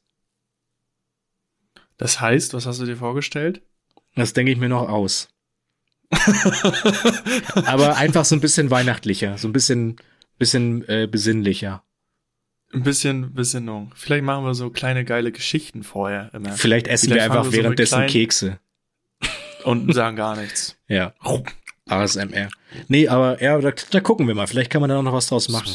Das heißt, was hast du dir vorgestellt? Das denke ich mir noch aus. Aber einfach so ein bisschen weihnachtlicher, so ein bisschen, bisschen äh, besinnlicher. Ein bisschen, bisschen noch. Vielleicht machen wir so kleine geile Geschichten vorher immer. Vielleicht essen Vielleicht wir fangen einfach wir so mit währenddessen kleinen- Kekse. Und sagen gar nichts. Ja. A S M R. Nee, aber ja, da, da gucken wir mal. Vielleicht kann man da auch noch was draus machen.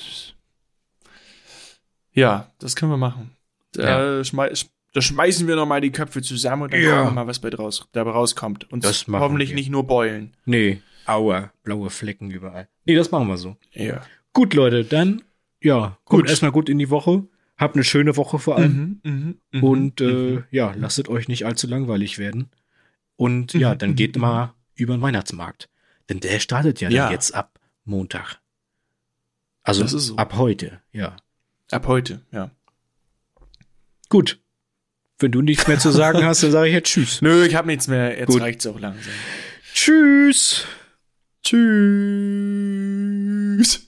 Ja, das können wir machen. Da, Ja. schmei da schmeißen wir noch mal die Köpfe zusammen und dann Ja. gucken wir mal, was bei draus, dabei rauskommt. Und Das machen hoffentlich wir. nicht nur Beulen. Nee, aua, blaue Flecken überall. Nee, das machen wir so. Ja. Gut, Leute, dann, ja, gut, Gut. erstmal gut in die Woche. Habt eine schöne Woche vor allem. Mhm, mhm, mhm, Und äh, mhm. ja, lasst euch nicht allzu langweilig werden. Und ja, Mhm, dann mhm, geht mhm. mal über den Weihnachtsmarkt. Denn der startet ja, Ja. dann jetzt ab Montag. Also Das ist so. ab heute, ja. Ab heute, ja. Gut. Wenn du nichts mehr zu sagen hast, dann sage ich jetzt Tschüss. Nö, ich habe nichts mehr. Jetzt Gut. reicht's auch langsam. Tschüss. Tschüss.